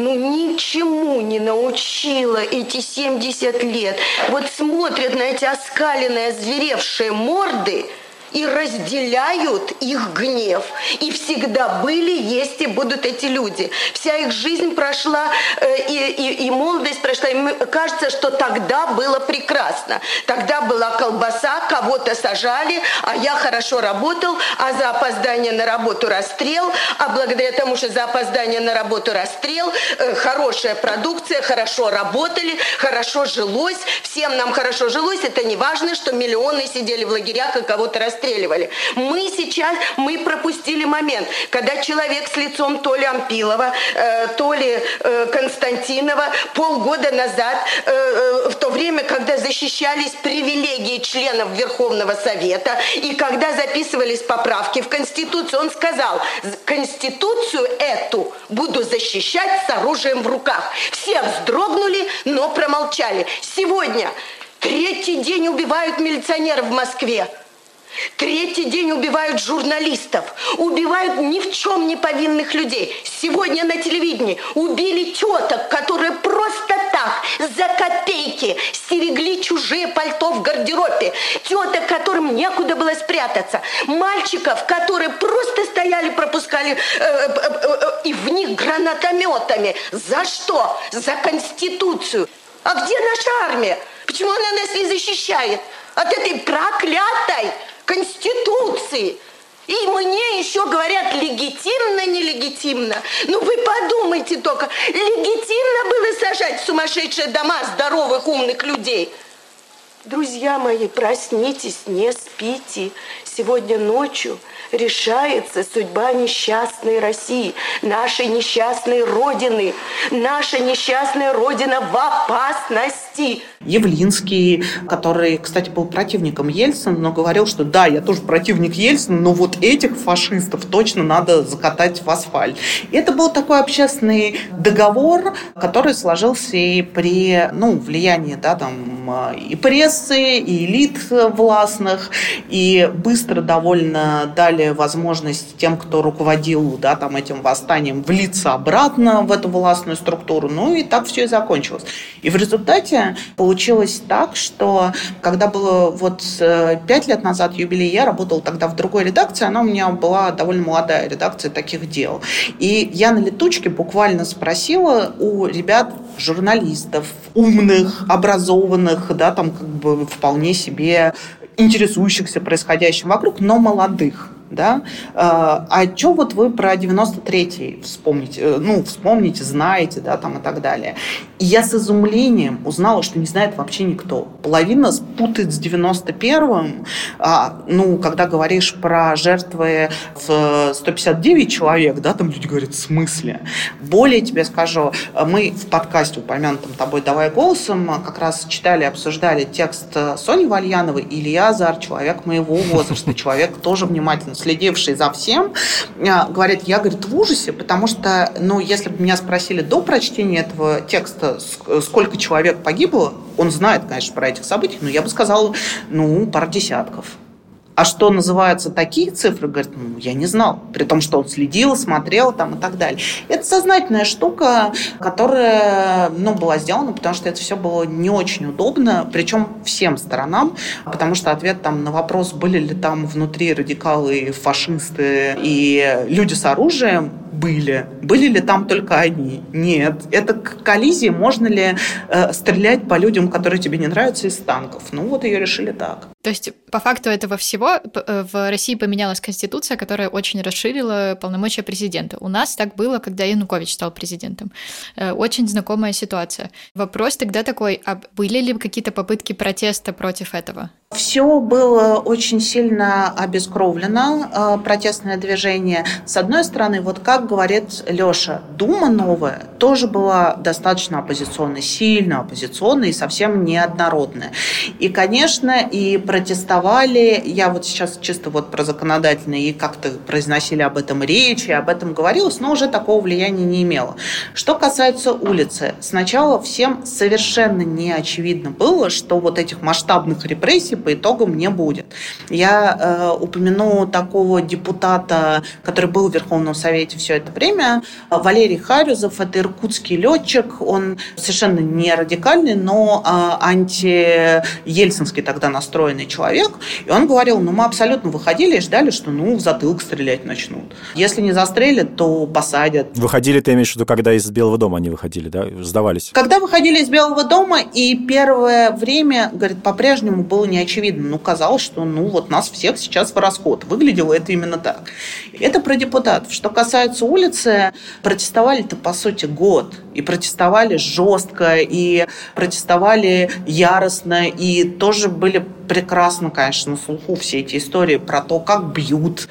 ничему не научило эти 70 лет. Вот смотрят на эти оскаленные, озверевшие морды и разделяют их гнев. И всегда были, есть и будут эти люди. Вся их жизнь прошла, и молодость прошла. И кажется, что тогда было прекрасно. Тогда была колбаса, кого-то сажали, а я хорошо работал, а за опоздание на работу расстрел. А благодаря тому, что за опоздание на работу расстрел, хорошая продукция, хорошо работали, хорошо жилось. Всем нам хорошо жилось. Это не важно, что миллионы сидели в лагерях и кого-то расстреливали. Мы пропустили момент, когда человек с лицом то ли Ампилова, то ли Константинова полгода назад, в то время, когда защищались привилегии членов Верховного Совета и когда записывались поправки в Конституцию, он сказал: Конституцию эту буду защищать с оружием в руках. Все вздрогнули, но промолчали. Сегодня третий день убивают милиционеров в Москве. Третий день убивают журналистов, убивают ни в чем не повинных людей. Сегодня на телевидении убили теток, которые просто так, за копейки, стерегли чужие пальто в гардеробе. Теток, которым некуда было спрятаться. Мальчиков, которые просто стояли, пропускали и в них гранатометами. За что? За Конституцию. А где наша армия? Почему она нас не защищает от этой проклятой Конституции? И мне еще говорят, легитимно, нелегитимно. Вы подумайте только, легитимно было сажать в сумасшедшие дома здоровых, умных людей? Друзья мои, проснитесь, не спите. Сегодня ночью решается судьба несчастной России, нашей несчастной Родины. Наша несчастная Родина в опасности. Явлинский, который, кстати, был противником Ельцина, но говорил, что да, я тоже противник Ельцина, но вот этих фашистов точно надо закатать в асфальт. И это был такой общественный договор, который сложился и при влиянии и прессы, и элит властных, и быстро довольно дали возможность тем, кто руководил этим восстанием, влиться обратно в эту властную структуру. И так все и закончилось. И в результате получилось так, что когда было 5 лет назад юбилей, я работала тогда в другой редакции, она у меня была довольно молодая редакция таких дел. И я на летучке буквально спросила у ребят, журналистов, умных, образованных, вполне себе интересующихся происходящим вокруг, но молодых. Да? А что вот вы про 93-й вспомните, знаете, да, там и так далее. И я с изумлением узнала, что не знает вообще никто. Половина спутает с 91-м, когда говоришь про жертвы в 159 человек, да, там люди говорят, в смысле? Более тебе скажу, мы в подкасте, упомянутом тобой «Давай голосом», как раз читали, обсуждали текст Сони Вальяновой, Илья Азар, человек моего возраста, человек тоже внимательно следивший за всем, говорит, я, говорит, в ужасе, потому что, если бы меня спросили до прочтения этого текста, сколько человек погибло, он знает, конечно, про этих событий, но я бы сказала, пара десятков. А что называются такие цифры, говорит, я не знал. При том, что он следил, смотрел там и так далее. Это сознательная штука, которая была сделана, потому что это все было не очень удобно, причем всем сторонам, потому что ответ там на вопрос, были ли там внутри радикалы, фашисты и люди с оружием, были. Были ли там только они? Нет. Это коллизия. Можно ли стрелять по людям, которые тебе не нравятся, из танков? Ее решили так. То есть, по факту этого всего, в России поменялась конституция, которая очень расширила полномочия президента. У нас так было, когда Янукович стал президентом. Очень знакомая ситуация. Вопрос тогда такой, а были ли какие-то попытки протеста против этого? Все было очень сильно обескровлено, протестное движение. С одной стороны, как говорит Лёша, Дума новая тоже была достаточно оппозиционной, сильно оппозиционной и совсем неоднородная. И, конечно, и протестовали, я сейчас чисто про законодательное, и как-то произносили об этом речи, об этом говорилось, но уже такого влияния не имело. Что касается улицы, сначала всем совершенно не очевидно было, что этих масштабных репрессий по итогам не будет. Я упомяну такого депутата, который был в Верховном Совете все это время, Валерий Харюзов, это иркутский летчик, он совершенно не радикальный, но антиельцинский тогда настроенный человек, и он говорил, мы абсолютно выходили и ждали, что в затылок стрелять начнут. Если не застрелят, то посадят. Выходили, ты имеешь в виду, когда из Белого дома они выходили, да, сдавались? Когда выходили из Белого дома, и первое время, говорит, по-прежнему было не очевидно. Казалось, что нас всех сейчас в расход. Выглядело это именно так. Это про депутатов. Что касается улицы, протестовали-то, по сути, год. И протестовали жестко, и протестовали яростно, и тоже были прекрасно, конечно, на слуху все эти истории про то, как бьют,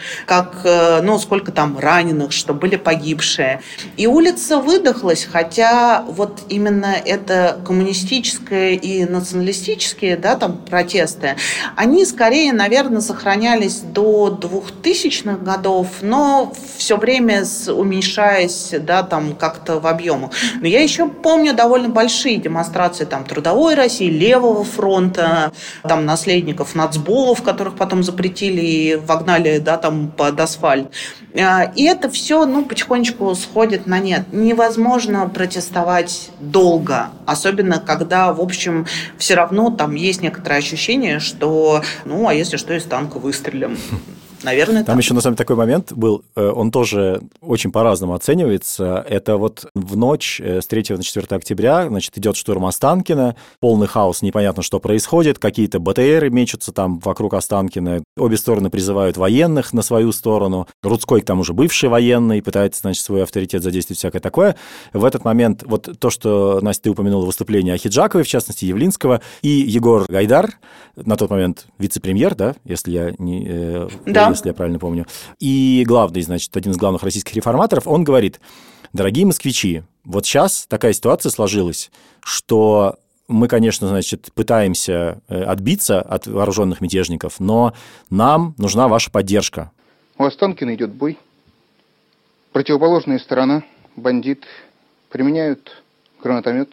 сколько там раненых, что были погибшие. И улица выдохлась, хотя именно это коммунистическое и националистические, протесты, они скорее, наверное, сохранялись до 2000-х годов, но все время уменьшаясь, как-то в объемах. Но я еще помню довольно большие демонстрации Трудовой России, Левого фронта, наследников нацболов, которых потом запретили и вогнали, под асфальт. И это все, потихонечку сходит на нет. Невозможно протестовать долго, особенно когда, в общем, все равно там есть некоторое ощущение, что, а если что, из танка выстрелим. Наверное, там еще, на самом деле, такой момент был, он тоже очень по-разному оценивается. Это в ночь с 3 на 4 октября, идет штурм Останкина, полный хаос, непонятно, что происходит, какие-то БТРы мечутся там вокруг Останкина, обе стороны призывают военных на свою сторону, Рудской, к тому же, бывший военный, пытается, свой авторитет задействовать, всякое такое. В этот момент, то, что, Настя, ты упомянула выступление Ахиджаковой, в частности, Явлинского, и Егор Гайдар, на тот момент вице-премьер, да, если я не... Да. Если я правильно помню. И главный, один из главных российских реформаторов, он говорит, дорогие москвичи, сейчас такая ситуация сложилась, что мы, конечно, пытаемся отбиться от вооруженных мятежников, но нам нужна ваша поддержка. У Останкина идет бой. Противоположная сторона, бандит, применяют гранатомет,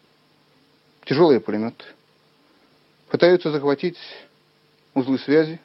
тяжелый пулемет, пытаются захватить узлы связи,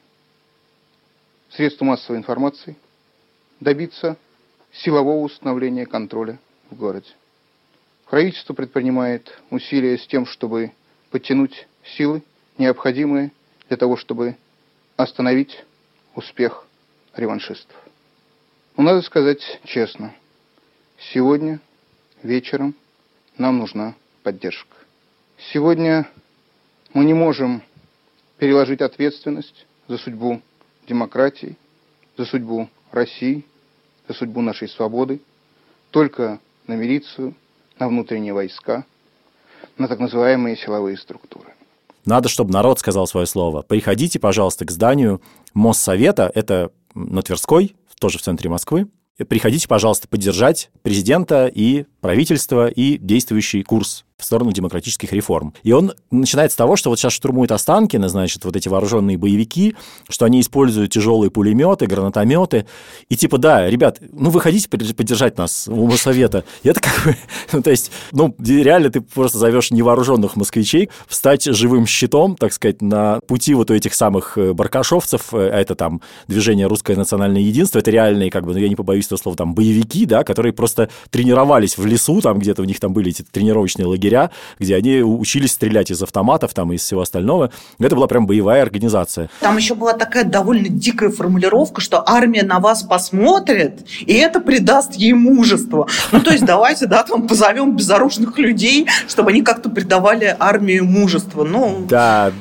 средства массовой информации, добиться силового установления контроля в городе. Правительство предпринимает усилия с тем, чтобы подтянуть силы, необходимые для того, чтобы остановить успех реваншистов. Но надо сказать честно, сегодня вечером нам нужна поддержка. Сегодня мы не можем переложить ответственность за судьбу демократии, за судьбу России, за судьбу нашей свободы, только на милицию, на внутренние войска, на так называемые силовые структуры. Надо, чтобы народ сказал свое слово. Приходите, пожалуйста, к зданию Моссовета, это на Тверской, тоже в центре Москвы. Приходите, пожалуйста, поддержать президента и правительство и действующий курс в сторону демократических реформ. И он начинает с того, что вот сейчас штурмуют Останкино, значит, вот эти вооруженные боевики, что они используют тяжелые пулеметы, гранатометы. И типа, да, ребят, выходите поддержать нас у Моссовета. И это как бы, то есть, реально ты просто зовешь невооруженных москвичей встать живым щитом, так сказать, на пути вот у этих самых баркашовцев, а это там движение «Русское национальное единство», это реальные, как бы, я не побоюсь этого слова, там, боевики, да, которые просто тренировались в лесу, там где-то у них там были эти тренировочные лагеря, где они учились стрелять из автоматов там, и из всего остального. Это была прям боевая организация. Там еще была такая довольно дикая формулировка, что армия на вас посмотрит, и это придаст ей мужество. То есть давайте, там позовем безоружных людей, чтобы они как-то придавали армии мужество. Да.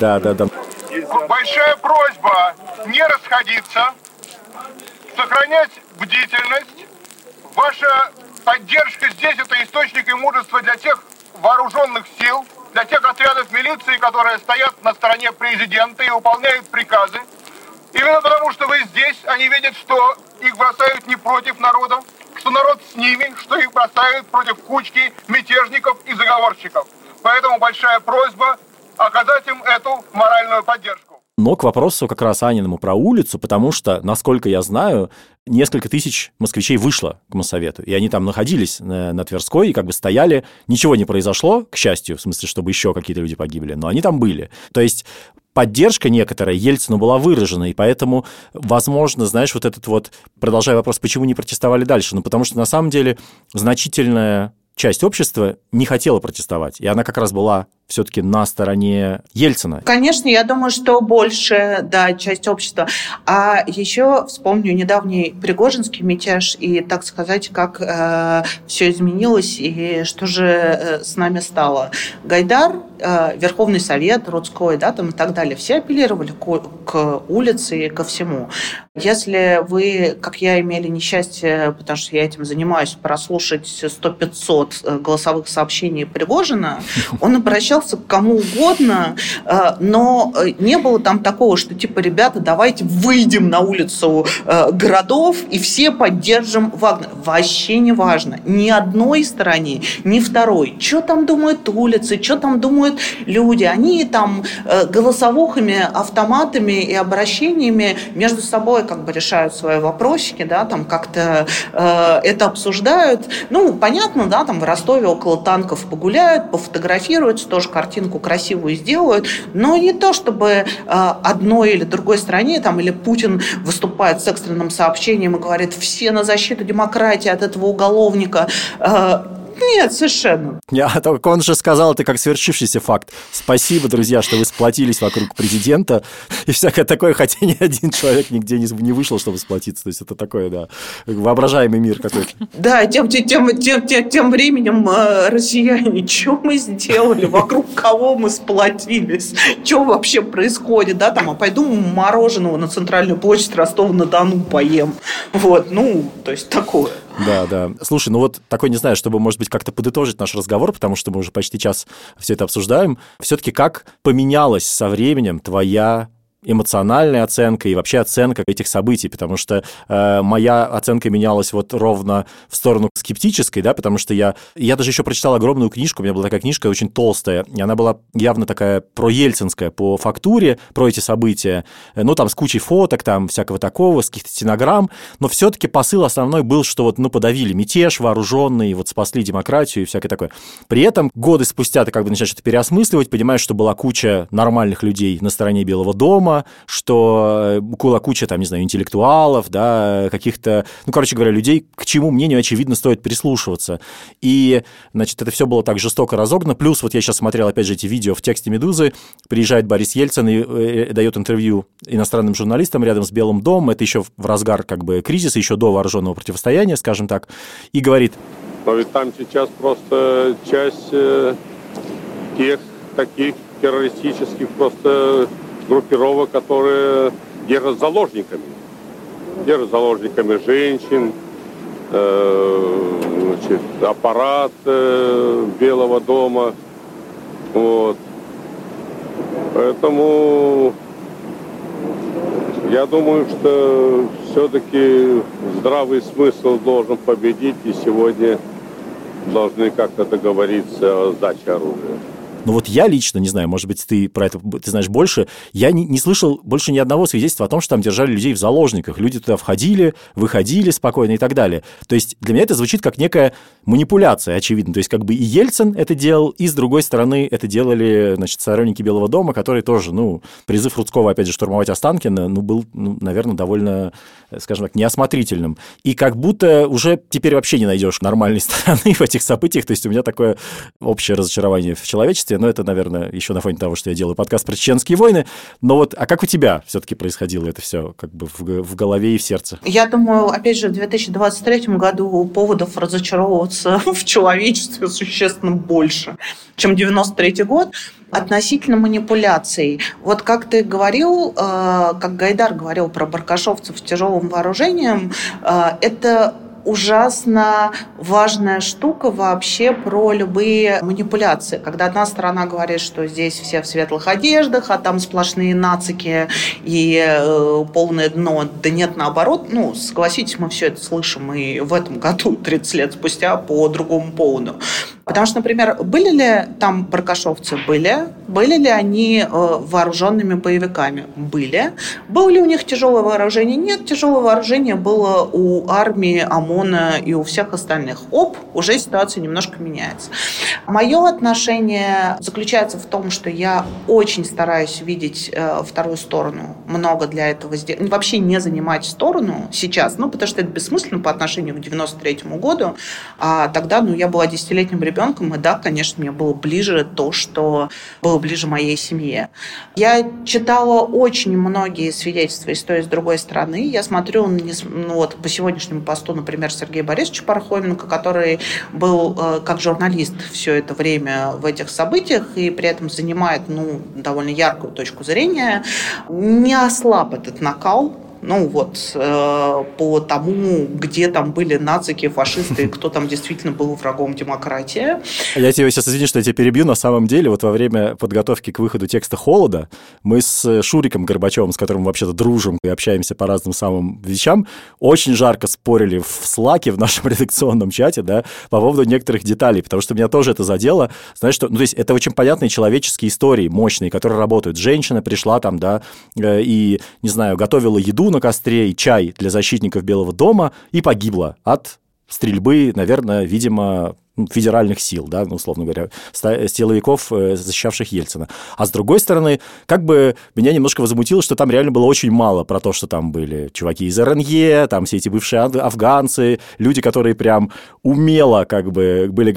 Большая просьба не расходиться, сохранять бдительность. Ваша поддержка здесь – это источник и мужества для тех вооруженных сил, для тех отрядов милиции, которые стоят на стороне президента и выполняют приказы. Именно потому, что вы здесь, они видят, что их бросают не против народа, что народ с ними, что их бросают против кучки мятежников и заговорщиков. Поэтому большая просьба оказать им эту моральную поддержку. Но к вопросу как раз Аниному про улицу, потому что, насколько я знаю, несколько тысяч москвичей вышло к Моссовету, и они там находились на Тверской и как бы стояли. Ничего не произошло, к счастью, в смысле, чтобы еще какие-то люди погибли, но они там были. То есть поддержка некоторая Ельцину была выражена, и поэтому, возможно, знаешь, вот этот вот, продолжая вопрос, почему не протестовали дальше, потому что на самом деле значительная часть общества не хотела протестовать, и она как раз была все-таки на стороне Ельцина. Конечно, я думаю, что больше, часть общества. А еще вспомню недавний Пригожинский мятеж и, так сказать, как все изменилось и что же с нами стало. Гайдар, Верховный Совет, Рудской, и так далее, все апеллировали к улице и ко всему. Если вы, как я, имели несчастье, потому что я этим занимаюсь, прослушать 100-500 голосовых сообщений Пригожина, он обращался к кому угодно, но не было там такого, что типа, ребята, давайте выйдем на улицу городов и все поддержим Вагнер. Вообще не важно. Ни одной стороне, ни второй. Что там думают улицы, что там думают люди. Они там голосовухами, автоматами и обращениями между собой как бы решают свои вопросики, там как-то это обсуждают. Понятно, там в Ростове около танков погуляют, пофотографируются, тоже картинку красивую сделают, но не то, чтобы одной или другой стране, или Путин выступает с экстренным сообщением и говорит, все на защиту демократии от этого уголовника. Нет, совершенно. Только он же сказал это как свершившийся факт. Спасибо, друзья, что вы сплотились вокруг президента и всякое такое, хотя ни один человек нигде не вышел, чтобы сплотиться. То есть это такой, воображаемый мир какой-то. Да, тем временем россияне, что мы сделали, вокруг кого мы сплотились, что вообще происходит, а пойду мороженого на центральную площадь Ростова-на-Дону поем. То есть такое. Да. Слушай, такой, не знаю, чтобы, может быть, как-то подытожить наш разговор, потому что мы уже почти час все это обсуждаем. Все-таки как поменялась со временем твоя эмоциональная оценка и вообще оценка этих событий, потому что моя оценка менялась ровно в сторону скептической, потому что я даже еще прочитал огромную книжку, у меня была такая книжка очень толстая, и она была явно такая проельцинская по фактуре, про эти события, там с кучей фоток, там всякого такого, с каких-то стенограмм, но все-таки посыл основной был, что подавили мятеж вооруженный, спасли демократию и всякое такое. При этом годы спустя ты начинаешь это переосмысливать, понимаешь, что была куча нормальных людей на стороне Белого дома, что была куча, интеллектуалов, каких-то, людей, к чему мнению, очевидно, стоит прислушиваться. И, это все было так жестоко разогнано. Плюс, я сейчас смотрел, опять же, эти видео в тексте «Медузы», приезжает Борис Ельцин и дает интервью иностранным журналистам рядом с Белым домом, это еще в разгар, кризиса, еще до вооруженного противостояния, скажем так, и говорит... Но ведь там сейчас просто часть тех таких террористических просто... группировок, которые держат заложниками. держат заложниками женщин, аппарат Белого дома. Вот. Поэтому я думаю, что все-таки здравый смысл должен победить, и сегодня должны как-то договориться о сдаче оружия. Но вот я лично, не знаю, может быть, ты про это ты знаешь больше, я не слышал больше ни одного свидетельства о том, что там держали людей в заложниках. Люди туда входили, выходили спокойно и так далее. То есть для меня это звучит как некая манипуляция, очевидно. То есть как бы и Ельцин это делал, и с другой стороны это делали, значит, сторонники Белого дома, которые тоже, призыв Рудского, опять же, штурмовать Останкино, был, наверное, довольно, скажем так, неосмотрительным. И как будто уже теперь вообще не найдешь нормальной стороны в этих событиях. То есть у меня такое общее разочарование в человечестве. Но это, наверное, еще на фоне того, что я делаю подкаст про чеченские войны. Но вот, а как у тебя все-таки происходило это все как бы в голове и в сердце? Я думаю, опять же, в 2023 году поводов разочаровываться в человечестве существенно больше, чем 1993 год. Относительно манипуляций. Вот как ты говорил, как Гайдар говорил про баркашовцев с тяжелым вооружением, это ужасно важная штука вообще про любые манипуляции. Когда одна сторона говорит, что здесь все в светлых одеждах, а там сплошные нацики и полное дно. Да нет, наоборот. Согласитесь, мы все это слышим и в этом году, 30 лет спустя, по другому поводу. Потому что, например, были ли там баркашовцы? Были. Были ли они вооруженными боевиками? Были. Было ли у них тяжелое вооружение? Нет, тяжелое вооружение было у армии, ОМОНа и у всех остальных. Уже ситуация немножко меняется. Мое отношение заключается в том, что я очень стараюсь видеть вторую сторону. Много для этого сделать. Вообще не занимать сторону сейчас, потому что это бессмысленно по отношению к 1993 году. А тогда, я была 10-летним ребенком, и да, конечно, мне было ближе то, что было ближе моей семье. Я читала очень многие свидетельства и с той, и с другой стороны. Я смотрю по сегодняшнему посту, например, Сергея Борисовича Пархоменко, который был как журналист все это время в этих событиях и при этом занимает довольно яркую точку зрения. Не ослаб этот накал. По тому, где там были нацики, фашисты, кто там действительно был врагом демократии. Я тебя сейчас, извини, что я тебя перебью, на самом деле, во время подготовки к выходу текста «Холода» мы с Шуриком Горбачевым, с которым мы вообще-то дружим и общаемся по разным самым вещам, очень жарко спорили в Слаке, в нашем редакционном чате, да, по поводу некоторых деталей, потому что меня тоже это задело. Знаешь, что, то есть это очень понятные человеческие истории, мощные, которые работают. Женщина пришла там, да, и, не знаю, готовила еду на костре и чай для защитников Белого дома и погибла от стрельбы, наверное, видимо, федеральных сил, да, условно говоря, силовиков, защищавших Ельцина. А с другой стороны, как бы меня немножко возмутило, что там реально было очень мало про то, что там были чуваки из РНЕ, там все эти бывшие афганцы, люди, которые прям умело как бы были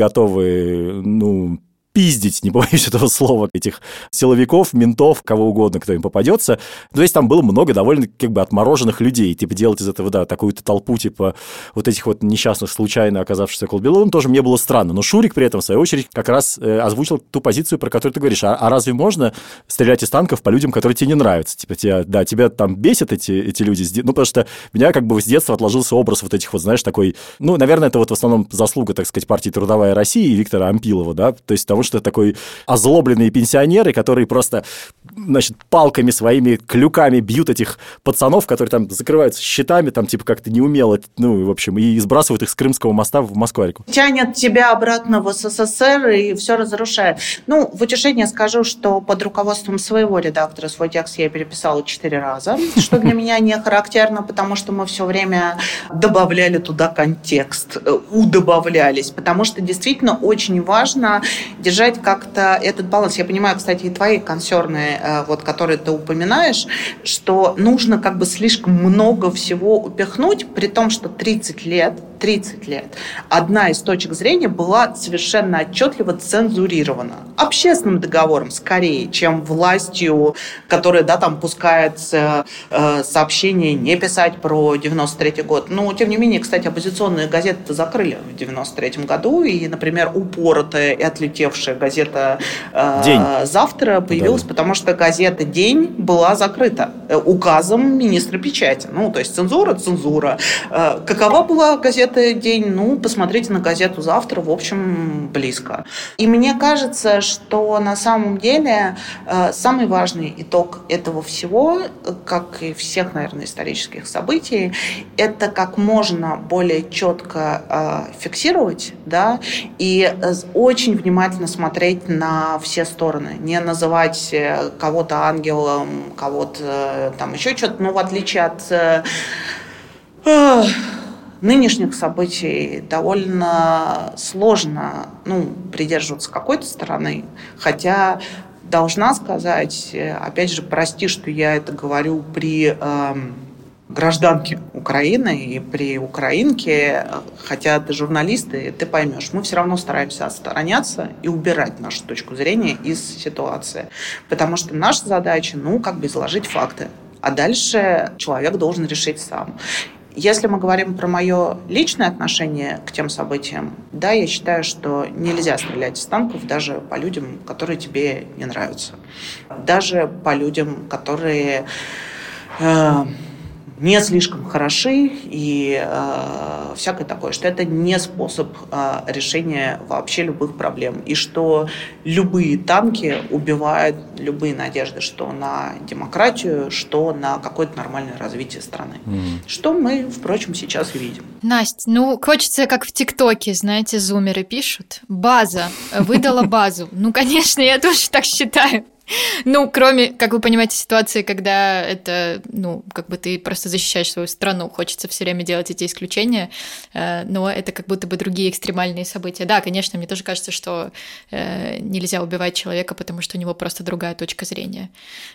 готовы, пиздить, не боюсь этого слова, этих силовиков, ментов, кого угодно, кто им попадется. То есть там было много довольно отмороженных людей. Делать из этого, да, такую-то толпу, вот этих вот несчастных, случайно оказавшихся около Белого дома, тоже мне было странно. Но Шурик при этом, в свою очередь, как раз озвучил ту позицию, про которую ты говоришь. А разве можно стрелять из танков по людям, которые тебе не нравятся? Тебя там бесят эти люди? Потому что у меня как бы с детства отложился образ вот этих вот, знаешь, такой... наверное, это вот в основном заслуга, так сказать, партии «Трудовая Россия» и Виктора Ампилова, да, то есть того, что такой озлобленные пенсионеры, которые просто, палками своими, клюками бьют этих пацанов, которые там закрываются щитами, там, как-то неумело, в общем, и сбрасывают их с Крымского моста в Москва-реку. Тянет тебя обратно в СССР и все разрушает. В утешение скажу, что под руководством своего редактора свой текст я переписала 4 раза, что для меня не характерно, потому что мы все время добавляли туда контекст, удобавлялись, потому что действительно очень важно держать как-то этот баланс. Я понимаю, кстати, и твои консерны, которые ты упоминаешь, что нужно слишком много всего упихнуть, при том, что 30 лет 30 лет одна из точек зрения была совершенно отчетливо цензурирована. Общественным договором скорее, чем властью, которая, там пускает сообщения не писать про 93-й год. Но, тем не менее, кстати, оппозиционные газеты закрыли в 93-м году, и, например, упоротая и отлетевшая газета «Завтра» появилась, потому что газета «День» была закрыта указом министра печати. То есть цензура. Какова была газета «День»? Посмотрите на газету «Завтра», в общем, близко. И мне кажется, что на самом деле самый важный итог этого всего, как и всех, наверное, исторических событий, это как можно более четко фиксировать, и очень внимательно смотреть на все стороны, не называть кого-то ангелом, кого-то еще что-то, в отличие от нынешних событий довольно сложно придерживаться какой-то стороны, хотя должна сказать, опять же, прости, что я это говорю при гражданке Украины и при украинке, хотя ты журналист, и ты поймешь, мы все равно стараемся отстраняться и убирать нашу точку зрения из ситуации, потому что наша задача, изложить факты, а дальше человек должен решить сам. Если мы говорим про мое личное отношение к тем событиям, я считаю, что нельзя стрелять из танков даже по людям, которые тебе не нравятся. Даже по людям, которые не слишком хороши и всякое такое, что это не способ решения вообще любых проблем. И что любые танки убивают любые надежды, что на демократию, что на какое-то нормальное развитие страны. Что мы, впрочем, сейчас и видим. Настя, хочется, как в ТикТоке, знаете, зумеры пишут. База, выдала базу. Конечно, я тоже так считаю. Кроме, как вы понимаете, ситуации, когда это, ты просто защищаешь свою страну, хочется все время делать эти исключения, но это как будто бы другие экстремальные события. Да, конечно, мне тоже кажется, что нельзя убивать человека, потому что у него просто другая точка зрения.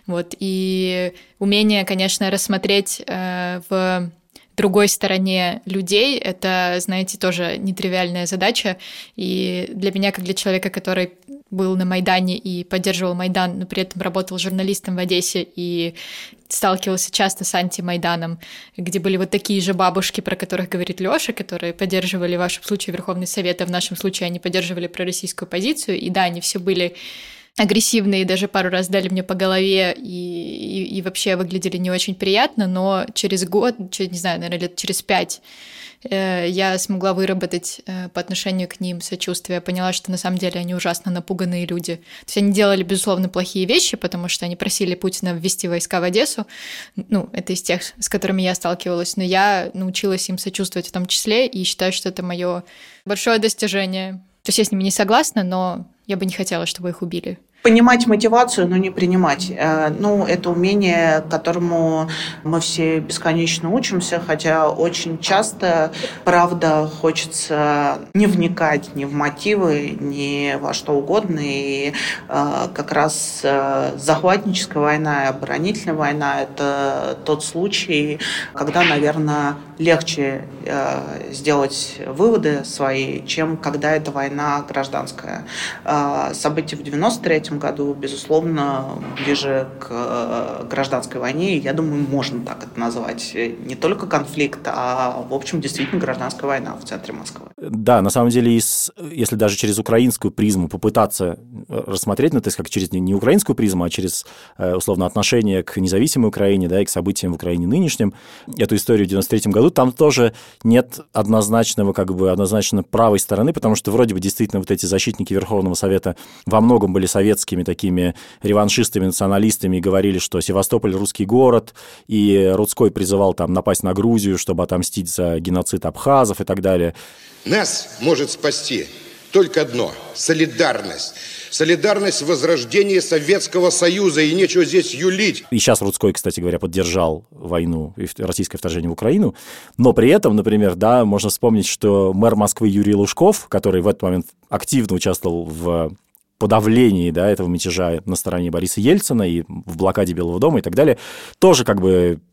И умение, конечно, рассмотреть в другой стороне людей, это, знаете, тоже нетривиальная задача, и для меня, как для человека, который был на Майдане и поддерживал Майдан, но при этом работал журналистом в Одессе и сталкивался часто с антимайданом, где были такие же бабушки, про которых говорит Лёша, которые поддерживали в вашем случае Верховный Совет, а в нашем случае они поддерживали пророссийскую позицию, и да, они все были агрессивные, даже пару раз дали мне по голове и вообще выглядели не очень приятно, но через год, не знаю, наверное, лет через 5 я смогла выработать по отношению к ним сочувствие, поняла, что на самом деле они ужасно напуганные люди. То есть они делали, безусловно, плохие вещи, потому что они просили Путина ввести войска в Одессу. Это из тех, с которыми я сталкивалась, но я научилась им сочувствовать в том числе и считаю, что это мое большое достижение. То есть я с ними не согласна, но я бы не хотела, чтобы их убили. Понимать мотивацию, но не принимать. Это умение, которому мы все бесконечно учимся, хотя очень часто, правда, хочется не вникать ни в мотивы, ни во что угодно. И как раз захватническая война и оборонительная война – это тот случай, когда, наверное, легче сделать выводы свои, чем когда это война гражданская. События в 93-м году, безусловно, ближе к гражданской войне, и я думаю, можно так это назвать. Не только конфликт, а, в общем, действительно гражданская война в центре Москвы. Да, на самом деле, если даже через украинскую призму попытаться рассмотреть, то есть как через не украинскую призму, а через, условно, отношение к независимой Украине, и к событиям в Украине нынешним, эту историю в 93-м году, там тоже нет однозначно правой стороны, потому что вроде бы действительно эти защитники Верховного Совета во многом были советскими такими реваншистами, националистами и говорили, что Севастополь – русский город, и Рудской призывал напасть на Грузию, чтобы отомстить за геноцид абхазов и так далее. Нас может спасти только одно – солидарность. Солидарность возрождения Советского Союза, и нечего здесь юлить. И сейчас Рудской, кстати говоря, поддержал войну и российское вторжение в Украину, но при этом, например, можно вспомнить, что мэр Москвы Юрий Лужков, который в этот момент активно участвовал в подавлении этого мятежа на стороне Бориса Ельцина и в блокаде Белого дома и так далее, тоже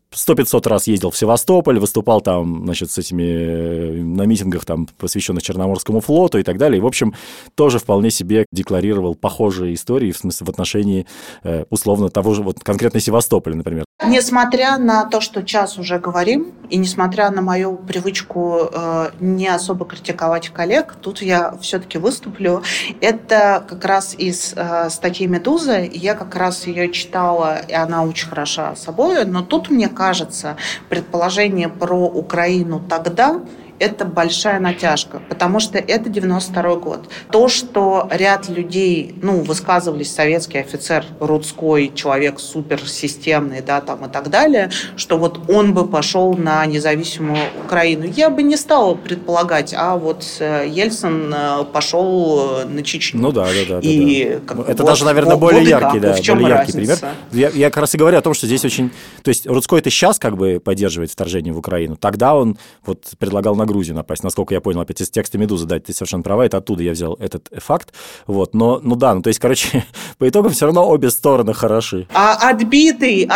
100-500 раз ездил в Севастополь, выступал там, значит, с этими, на митингах, там, посвященных Черноморскому флоту и так далее. И, в общем, тоже вполне себе декларировал похожие истории, в смысле, в отношении, условно, того же, вот конкретно Севастополя, например. Несмотря на то, что час уже говорим, и несмотря на мою привычку не особо критиковать коллег, тут я все-таки выступлю. Это как раз из статьи «Медузы». Я как раз ее читала, и она очень хороша собой. Но тут, мне кажется, предположение про Украину тогда – это большая натяжка, потому что это 92-й год. То, что ряд людей, высказывались, советский офицер Рудской, человек суперсистемный, да, там и так далее, что вот он бы пошел на независимую Украину. Я бы не стала предполагать, а вот Ельцин пошел на Чечню. Ну да. И это даже, наверное, более яркий, пример. Я как раз и говорю о том, что здесь очень... То есть Рудской-то сейчас как бы поддерживает вторжение в Украину. Тогда он вот предлагал на Грузию напасть. Насколько я понял, опять из текста «Медузы», да, ты совершенно права, это оттуда я взял этот факт. Вот, то есть, короче, по итогам все равно обе стороны хороши. А отбитый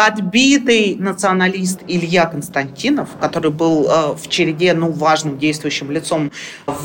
националист Илья Константинов, который был в череде, важным действующим лицом в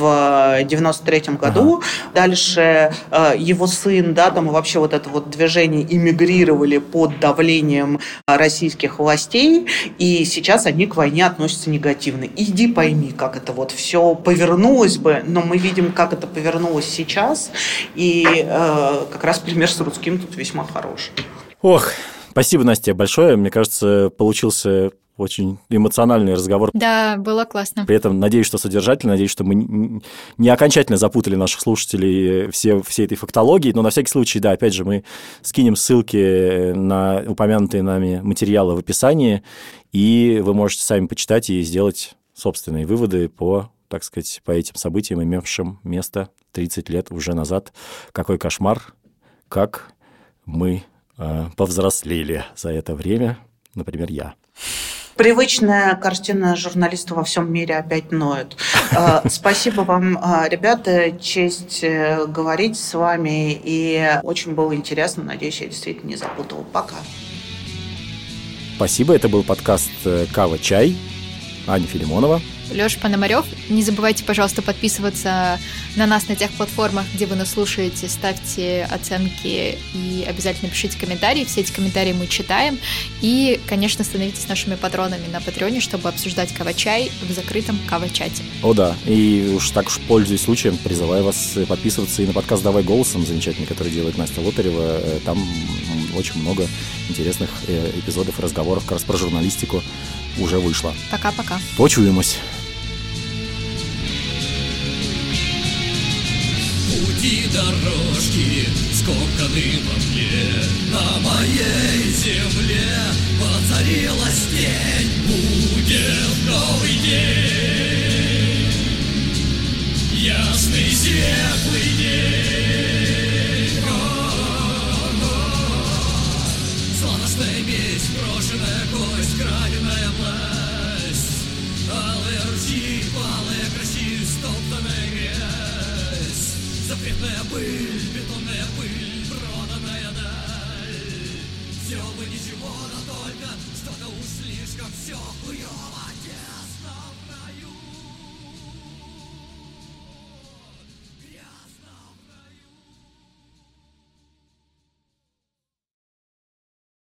93-м году, дальше его сын, да, там вообще вот это вот движение эмигрировали под давлением российских властей, и сейчас они к войне относятся негативно. Иди пойми, как это вот все повернулось бы, но мы видим, как это повернулось сейчас, и как раз пример с Рудским тут весьма хороший. Ох, спасибо, Настя, большое. Мне кажется, получился очень эмоциональный разговор. Да, было классно. При этом надеюсь, что содержательно, надеюсь, что мы не окончательно запутали наших слушателей всей этой фактологии, но на всякий случай, да, опять же, мы скинем ссылки на упомянутые нами материалы в описании, и вы можете сами почитать и сделать собственные выводы по этим событиям, имевшим место 30 лет уже назад. Какой кошмар, как мы повзрослели за это время, например, я. Привычная картина журналиста во всем мире опять ноет. Спасибо вам, ребята, честь говорить с вами, и очень было интересно, надеюсь, я действительно не запутала. Пока. Спасибо, это был подкаст «Кава-чай». Аня Филимонова. Лёша Пономарёв. Не забывайте, пожалуйста, подписываться на нас на тех платформах, где вы нас слушаете, ставьте оценки и обязательно пишите комментарии. Все эти комментарии мы читаем. И, конечно, становитесь нашими патронами на Патреоне, чтобы обсуждать Кава-чай в закрытом Кава-чате. О, да. И пользуясь случаем, призываю вас подписываться и на подкаст «Давай голосом», замечательный, который делает Настя Лотарева. Там очень много интересных эпизодов и разговоров как раз про журналистику уже вышло. Пока-пока. Почуемся. Пути дорожки скомканы во мгле, на моей земле воцарилась тень, будет новый день, ясный светлый день. Сладостная месть, брошенная кость, краденая власть, алые ручьи, палые красивые, стоптанная грязь, запретная быль.